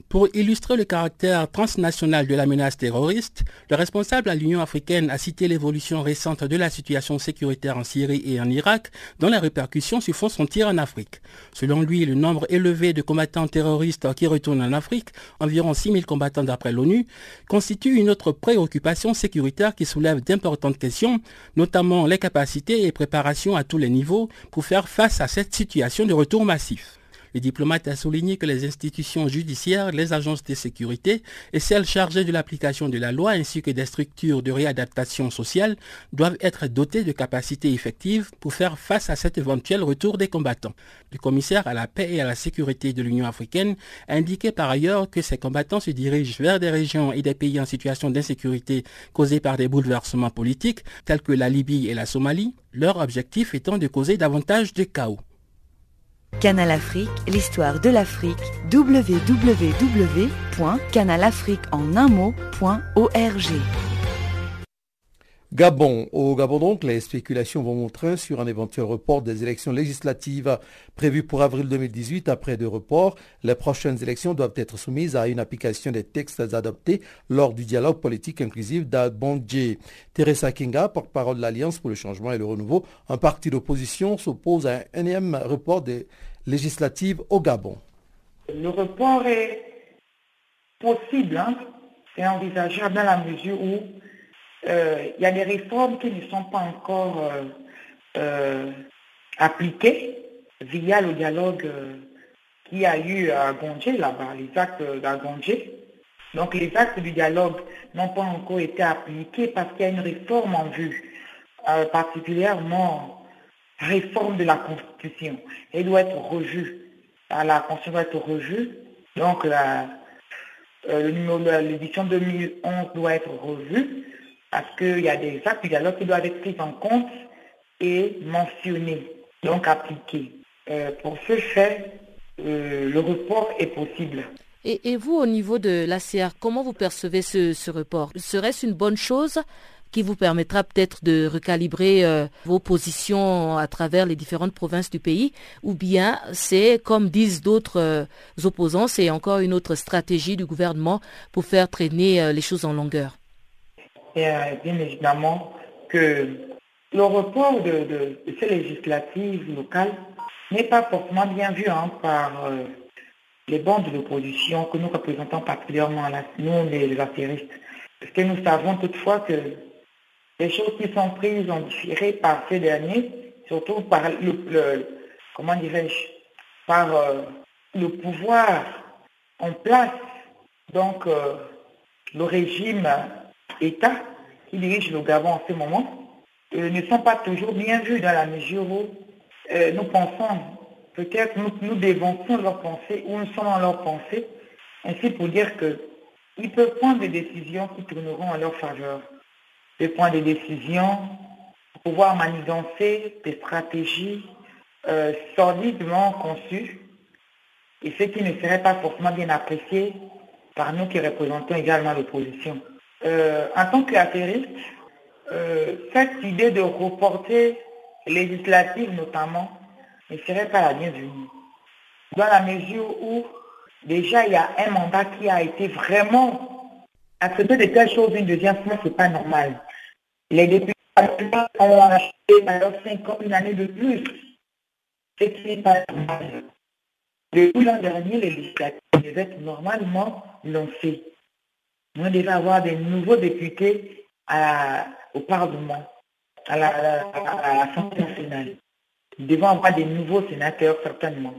Pour illustrer le caractère transnational de la menace terroriste, le responsable à l'Union africaine a cité l'évolution récente de la situation sécuritaire en Syrie et en Irak, dont les répercussions se font sentir en Afrique. Selon lui, le nombre élevé de combattants terroristes qui retournent en Afrique, environ six mille combattants d'après l'ONU, constitue une autre préoccupation sécuritaire qui soulève d'importantes questions, notamment les capacités et préparations à tous les niveaux pour faire face à cette situation de retour massif. Le diplomate a souligné que les institutions judiciaires, les agences de sécurité et celles chargées de l'application de la loi ainsi que des structures de réadaptation sociale doivent être dotées de capacités effectives pour faire face à cet éventuel retour des combattants. Le commissaire à la paix et à la sécurité de l'Union africaine a indiqué par ailleurs que ces combattants se dirigent vers des régions et des pays en situation d'insécurité causés par des bouleversements politiques tels que la Libye et la Somalie, leur objectif étant de causer davantage de chaos. Canal Afrique, l'histoire de l'Afrique, w w w point canal afrique en un mot point org. Gabon. Au Gabon donc, les spéculations vont au train sur un éventuel report des élections législatives prévues pour avril deux mille dix-huit. Après deux reports, les prochaines élections doivent être soumises à une application des textes adoptés lors du dialogue politique inclusif d'Abondje. Teresa Kinga, porte-parole de l'Alliance pour le changement et le renouveau, un parti d'opposition, s'oppose à un énième report des législatives au Gabon. Le report est possible, hein. C'est envisageable dans la mesure où il euh, y a des réformes qui ne sont pas encore euh, euh, appliquées via le dialogue euh, qui a eu à Abondje, là-bas, les actes d'Abondje. Donc les actes du dialogue n'ont pas encore été appliqués parce qu'il y a une réforme en vue, euh, particulièrement réforme de la Constitution. Elle doit être revue. La Constitution doit être revue. Donc la, euh, le numéro, l'édition deux mille onze doit être revue. Parce qu'il y a des actes du dialogue qui doivent être pris en compte et mentionnés, donc appliqués. Euh, pour ce fait, euh, le report est possible. Et, et vous, au niveau de l'A C R, comment vous percevez ce, ce report? Serait-ce une bonne chose qui vous permettra peut-être de recalibrer euh, vos positions à travers les différentes provinces du pays? Ou bien c'est, comme disent d'autres euh, opposants, c'est encore une autre stratégie du gouvernement pour faire traîner euh, les choses en longueur? Et euh, bien évidemment que le report de, de, de ces législatives locales n'est pas forcément bien vu hein, par euh, les bancs de l'opposition que nous représentons particulièrement, là, nous les affairistes. Parce que nous savons toutefois que les choses qui sont prises ont différé par ces derniers, surtout par le, le comment dirais-je, par euh, le pouvoir en place, donc euh, le régime État qui dirige le Gabon en ce moment, euh, ne sont pas toujours bien vus dans la mesure où euh, nous pensons, peut-être nous, nous dévançons leurs pensées ou nous sommes dans leurs pensées, ainsi pour dire qu'ils peuvent prendre des décisions qui tourneront en leur faveur. Ils peuvent prendre des décisions pour pouvoir manigancer des stratégies euh, sordidement conçues et ce qui ne serait pas forcément bien apprécié par nous qui représentons également l'opposition. Euh, en tant qu'affairiste, euh, cette idée de reporter législative notamment ne serait pas la bienvenue. Dans la mesure où déjà il y a un mandat qui a été vraiment accepté de telles choses une deuxième fois, c'est pas normal. Les députés ont acheté alors cinq ans, une année de plus, ce qui n'est pas normal. Depuis l'an dernier, les législatives devaient être normalement lancées. On devait avoir des nouveaux députés à, au Parlement, à l'Assemblée nationale. Nous devons avoir des nouveaux sénateurs, certainement.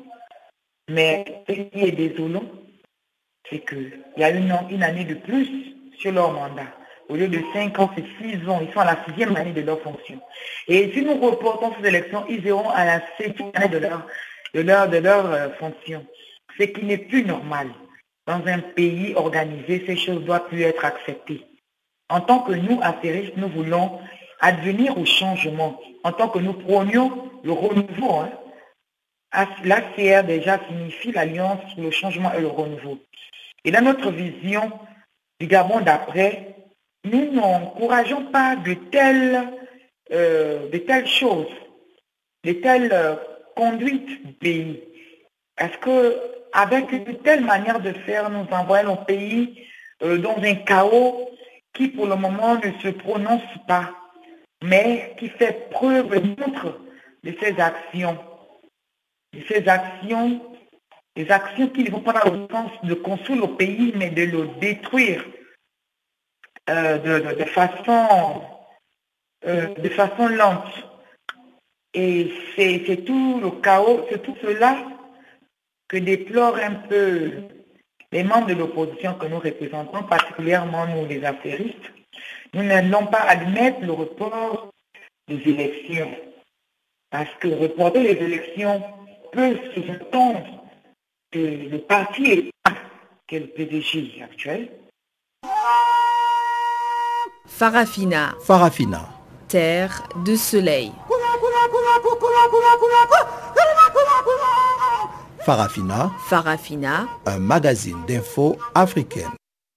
Mais ce qui est désolant, c'est qu'il y a une, une année de plus sur leur mandat. Au lieu de cinq ans, c'est six ans. Ils sont à la sixième année de leur fonction. Et si nous reportons ces élections, ils iront à la septième année de leur, de leur, de leur euh, fonction. Ce qui n'est plus normal. Dans un pays organisé, ces choses doivent plus être acceptées. En tant que nous, affairistes, nous voulons advenir au changement. En tant que nous prônions le renouveau, hein. L'A C R déjà signifie l'Alliance pour le changement et le renouveau. Et dans notre vision du Gabon d'après, nous n'encourageons pas de telles, euh, de telles choses, de telles euh, conduites du pays. Parce que avec une telle manière de faire, nous envoyons nos pays euh, dans un chaos qui pour le moment ne se prononce pas, mais qui fait preuve montre de ses actions. De ses actions, des actions qui ne vont pas dans le sens de construire le pays, mais de le détruire euh, de, de, de façon euh, de façon lente. Et c'est, c'est tout le chaos, c'est tout cela que déplorent un peu les membres de l'opposition que nous représentons, particulièrement nous les affairistes. Nous n'allons pas admettre le report des élections. Parce que reporter les élections peut sous-entendre que le parti est que le P D G actuel. Farafina. Farafina. Terre de soleil. Farafina. Farafina. Un magazine d'infos africaine.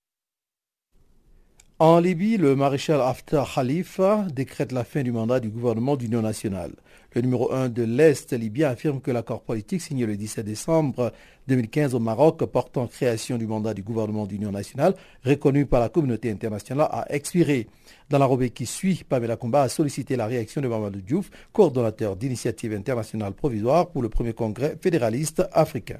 En Libye, le maréchal Haftar Khalifa décrète la fin du mandat du gouvernement d'union nationale. Le numéro un de l'Est libyen affirme que l'accord politique signé le dix-sept décembre deux mille quinze au Maroc portant création du mandat du gouvernement d'union nationale, reconnu par la communauté internationale, a expiré. Dans la rubrique qui suit, Pamela Kumba a sollicité la réaction de Mamadou Diouf, coordonnateur d'initiative internationale provisoire pour le premier congrès fédéraliste africain.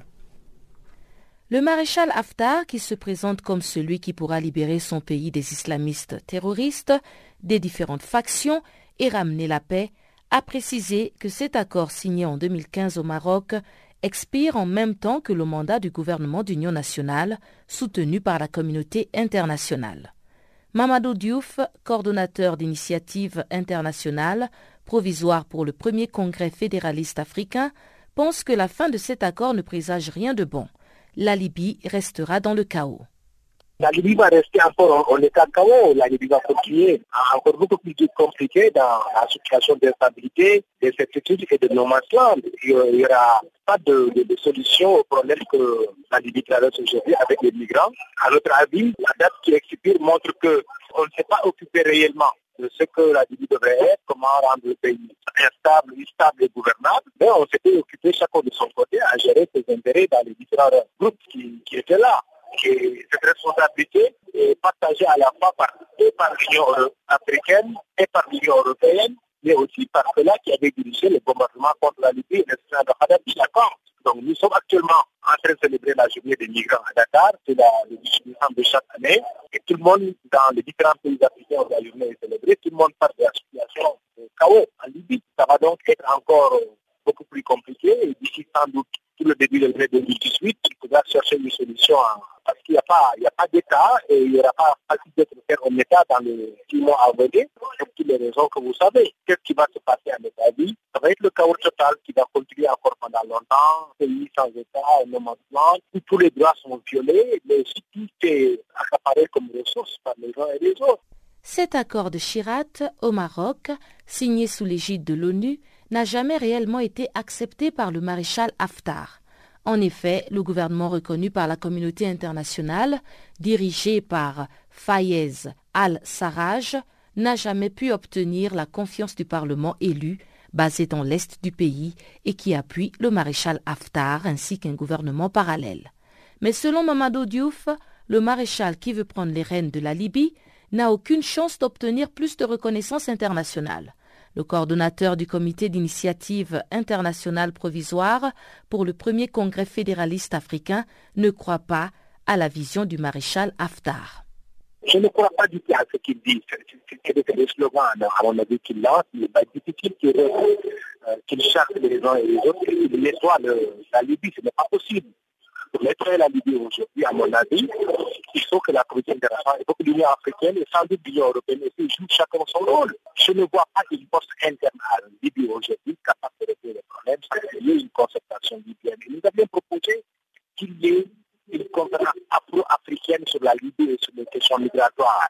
Le maréchal Haftar, qui se présente comme celui qui pourra libérer son pays des islamistes terroristes, des différentes factions et ramener la paix, a précisé que cet accord signé en deux mille quinze au Maroc expire en même temps que le mandat du gouvernement d'union nationale soutenu par la communauté internationale. Mamadou Diouf, coordonnateur d'initiative internationale provisoire pour le premier congrès fédéraliste africain, pense que la fin de cet accord ne présage rien de bon. La Libye restera dans le chaos. La Libye va rester encore en, en état de chaos. La Libye va continuer encore beaucoup plus compliquée dans la situation d'instabilité, d'incertitude et de non-management. Il n'y aura pas de, de, de solution au problème que la Libye traverse aujourd'hui avec les migrants. À notre avis, la date qui expire montre qu'on ne s'est pas occupé réellement de ce que la Libye devrait être, comment rendre le pays instable, stable et gouvernable. Mais on s'était occupé chacun de son côté à gérer ses intérêts dans les différents groupes qui, qui étaient là. Et cette responsabilité est partagée à la fois par, et par l'Union africaine et par l'Union européenne, mais aussi par ceux-là qui avaient dirigé le bombardement contre la Libye et le président de Kadhafi, d'accord. Donc nous sommes actuellement en train de célébrer la journée des migrants à Dakar, c'est la, le dix-huit décembre de chaque année, et tout le monde dans les différents pays africains où la journée est célébrée, tout le monde parle de la situation de chaos en Libye. Ça va donc être encore beaucoup plus compliqué, et d'ici sans doute tout le début de l'année deux mille dix-huit, il faudra chercher une solution à, parce qu'il n'y a pas, il n'y a pas d'État et il n'y aura pas facilité de faire un État dans les six mois à venir, pour toutes les raisons que vous savez. Qu'est-ce qui va se passer à notre avis? Ça va être le chaos total qui va continuer encore pendant longtemps, pays sans État, un nomadement, où tous les droits sont violés, mais aussi tout est accaparé comme ressources par les uns et les autres. Cet accord de Chirat au Maroc, signé sous l'égide de l'ONU, n'a jamais réellement été accepté par le maréchal Haftar. En effet, le gouvernement reconnu par la communauté internationale, dirigé par Fayez al-Sarraj, n'a jamais pu obtenir la confiance du Parlement élu, basé dans l'est du pays et qui appuie le maréchal Haftar ainsi qu'un gouvernement parallèle. Mais selon Mamadou Diouf, le maréchal qui veut prendre les rênes de la Libye n'a aucune chance d'obtenir plus de reconnaissance internationale. Le coordonnateur du comité d'initiative internationale provisoire pour le premier congrès fédéraliste africain ne croit pas à la vision du maréchal Haftar. Je ne crois pas du tout à ce qu'il dit. C'est des slogans, à mon avis, qu'il lance. Il va être difficile qu'il euh, qu'il cherche les uns et les autres, qu'il nettoie le, la Libye. Ce n'est pas possible. Pour nettoyer la Libye aujourd'hui, à mon avis, il faut que la communauté internationale, il faut que l'Union africaine et sans doute l'Union européenne aussi jouent chacun son rôle. Je ne vois pas une force interne à la Libye aujourd'hui capable de régler les problèmes sans qu'il y ait une concertation libyenne. Et nous avions proposé qu'il y ait une conférence afro-africaine sur la Libye et sur les questions migratoires.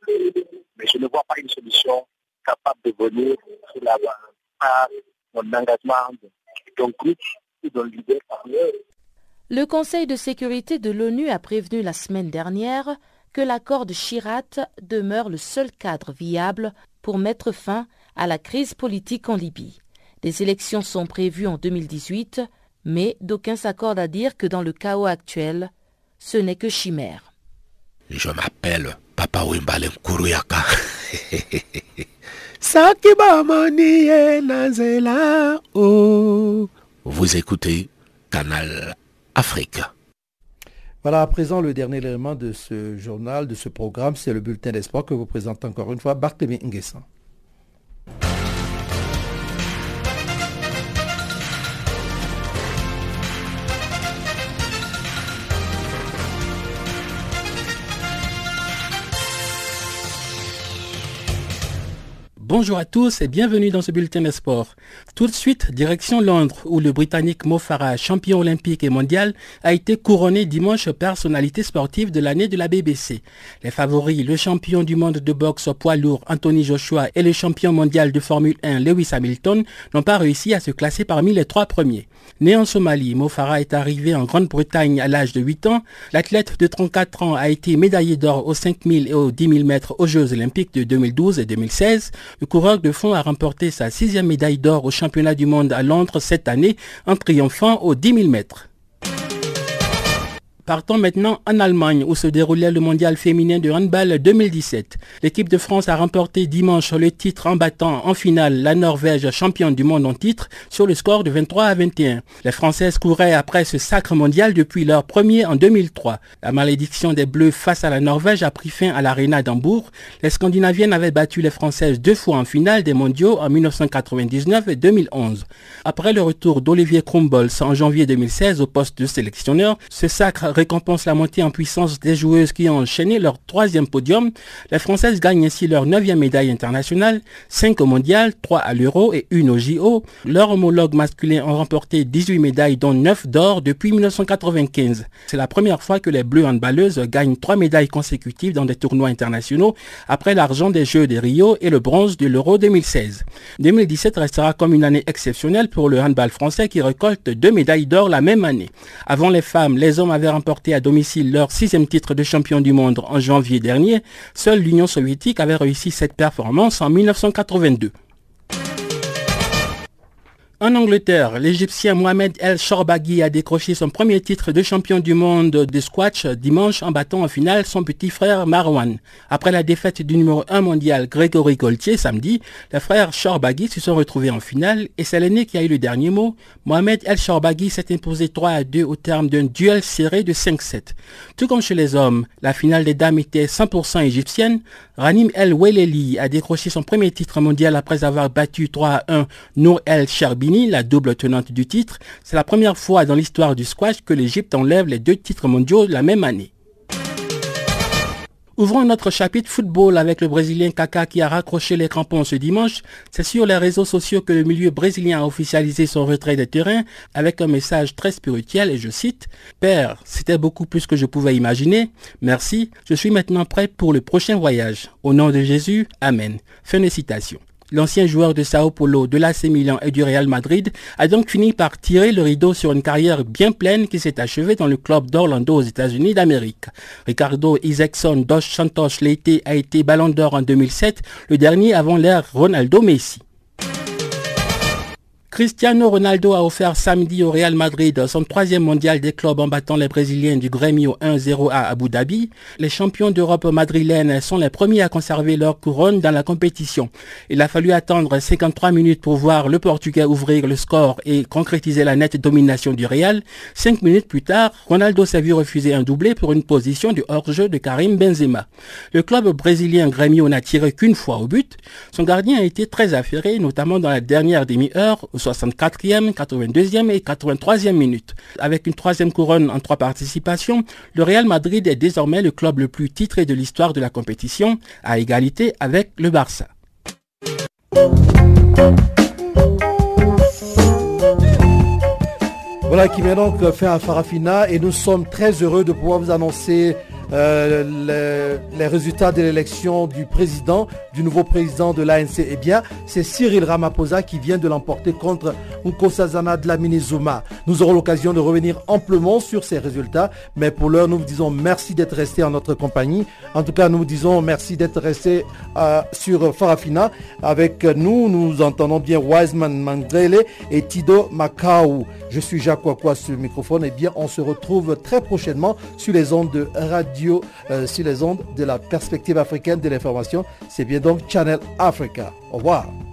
Mais je ne vois pas une solution capable de venir sur la base par mon engagement d'un groupe ou d'un leader parmi eux. Le Conseil de sécurité de l'ONU a prévenu la semaine dernière que l'accord de Chirat demeure le seul cadre viable pour mettre fin à la crise politique en Libye. Des élections sont prévues en deux mille dix-huit, Mais d'aucuns s'accordent à dire que dans le chaos actuel, ce n'est que chimère. Je m'appelle Papa Wimbale Nkuruyaka. Vous écoutez Canal Afrique. Voilà, à présent, le dernier élément de ce journal, de ce programme, c'est le bulletin d'espoir que vous présente encore une fois Barthélémy Nguessan. Bonjour à tous et bienvenue dans ce bulletin de sport. Tout de suite, direction Londres, où le Britannique Mo Farah, champion olympique et mondial, a été couronné dimanche personnalité sportive de l'année de la B B C. Les favoris, le champion du monde de boxe poids lourd Anthony Joshua et le champion mondial de Formule un Lewis Hamilton, n'ont pas réussi à se classer parmi les trois premiers. Né en Somalie, Mo Farah est arrivé en Grande-Bretagne à l'âge de huit ans. L'athlète de trente-quatre ans a été médaillé d'or aux cinq mille et aux dix mille mètres aux Jeux Olympiques de deux mille douze et deux mille seize. Le coureur de fond a remporté sa sixième médaille d'or au championnat du monde à Londres cette année en triomphant aux dix mille mètres. Partons maintenant en Allemagne où se déroulait le mondial féminin de handball deux mille dix-sept. L'équipe de France a remporté dimanche le titre en battant en finale la Norvège, championne du monde en titre, sur le score de vingt-trois à vingt et un. Les Françaises couraient après ce sacre mondial depuis leur premier en deux mille trois. La malédiction des Bleus face à la Norvège a pris fin à l'Arena d'Hambourg. Les Scandinaviennes avaient battu les Françaises deux fois en finale des mondiaux en mille neuf cent quatre-vingt-dix-neuf et deux mille onze. Après le retour d'Olivier Krumbolz en janvier deux mille seize au poste de sélectionneur, ce sacre récompense la montée en puissance des joueuses qui ont enchaîné leur troisième podium. Les Françaises gagnent ainsi leur neuvième médaille internationale, cinq au mondial, trois à l'Euro et une au J O. Leurs homologues masculins ont remporté dix-huit médailles dont neuf d'or depuis mille neuf cent quatre-vingt-quinze. C'est la première fois que les Bleus handballeuses gagnent trois médailles consécutives dans des tournois internationaux après l'argent des Jeux de Rio et le bronze de l'Euro deux mille seize. deux mille dix-sept restera comme une année exceptionnelle pour le handball français qui récolte deux médailles d'or la même année. Avant les femmes, les hommes avaient remporté à domicile leur sixième titre de champion du monde en janvier dernier. Seule l'Union soviétique avait réussi cette performance en mille neuf cent quatre-vingt-deux. En Angleterre, l'Égyptien Mohamed El Shorbagy a décroché son premier titre de champion du monde de squash dimanche en battant en finale son petit frère Marwan. Après la défaite du numéro un mondial Grégory Gaultier samedi, les frères Shorbagy se sont retrouvés en finale et c'est l'aîné qui a eu le dernier mot. Mohamed El Shorbagy s'est imposé trois à deux au terme d'un duel serré de cinq sept. Tout comme chez les hommes, la finale des dames était cent pour cent égyptienne. Ranim El Weleli a décroché son premier titre mondial après avoir battu trois à un Nour El Sherbini, la double tenante du titre. C'est la première fois dans l'histoire du squash que l'Égypte enlève les deux titres mondiaux la même année. Ouvrons notre chapitre football avec le Brésilien Kaká qui a raccroché les crampons ce dimanche. C'est sur les réseaux sociaux que le milieu brésilien a officialisé son retrait des terrains avec un message très spirituel et je cite « Père, c'était beaucoup plus que je pouvais imaginer. Merci, je suis maintenant prêt pour le prochain voyage. Au nom de Jésus, Amen. » Fin de citation. L'ancien joueur de Sao Paulo, de l'A C Milan et du Real Madrid a donc fini par tirer le rideau sur une carrière bien pleine qui s'est achevée dans le club d'Orlando aux États-Unis d'Amérique. Ricardo Isaacson dos Santos Leite a été Ballon d'Or en deux mille sept, le dernier avant l'ère Ronaldo Messi. Cristiano Ronaldo a offert samedi au Real Madrid son troisième mondial des clubs en battant les Brésiliens du Grêmio un zéro à Abu Dhabi. Les champions d'Europe madrilènes sont les premiers à conserver leur couronne dans la compétition. Il a fallu attendre cinquante-trois minutes pour voir le Portugais ouvrir le score et concrétiser la nette domination du Real. Cinq minutes plus tard, Ronaldo s'est vu refuser un doublé pour une position de hors-jeu de Karim Benzema. Le club brésilien Grêmio n'a tiré qu'une fois au but. Son gardien a été très affairé, notamment dans la dernière demi-heure, au soixante-quatrième, quatre-vingt-deuxième et quatre-vingt-troisième minute. Avec une troisième couronne en trois participations, le Real Madrid est désormais le club le plus titré de l'histoire de la compétition, à égalité avec le Barça. Voilà qui met donc fin à Farafina et nous sommes très heureux de pouvoir vous annoncer euh, les, les résultats de l'élection du président, du nouveau président de l'A N C. Eh bien, c'est Cyril Ramaphosa qui vient de l'emporter contre Nkosazana Dlamini Zuma. Nous aurons l'occasion de revenir amplement sur ces résultats, mais pour l'heure, nous vous disons merci d'être resté en notre compagnie. En tout cas, nous vous disons merci d'être resté euh, sur Farafina. Avec nous, nous entendons bien Wiseman Mandrele et Tido Makau. Je suis Jacques Ouakwa sur le microphone. Eh bien, on se retrouve très prochainement sur les ondes de radio, euh, sur les ondes de la perspective africaine de l'information. C'est bien donc Channel Africa. Au revoir.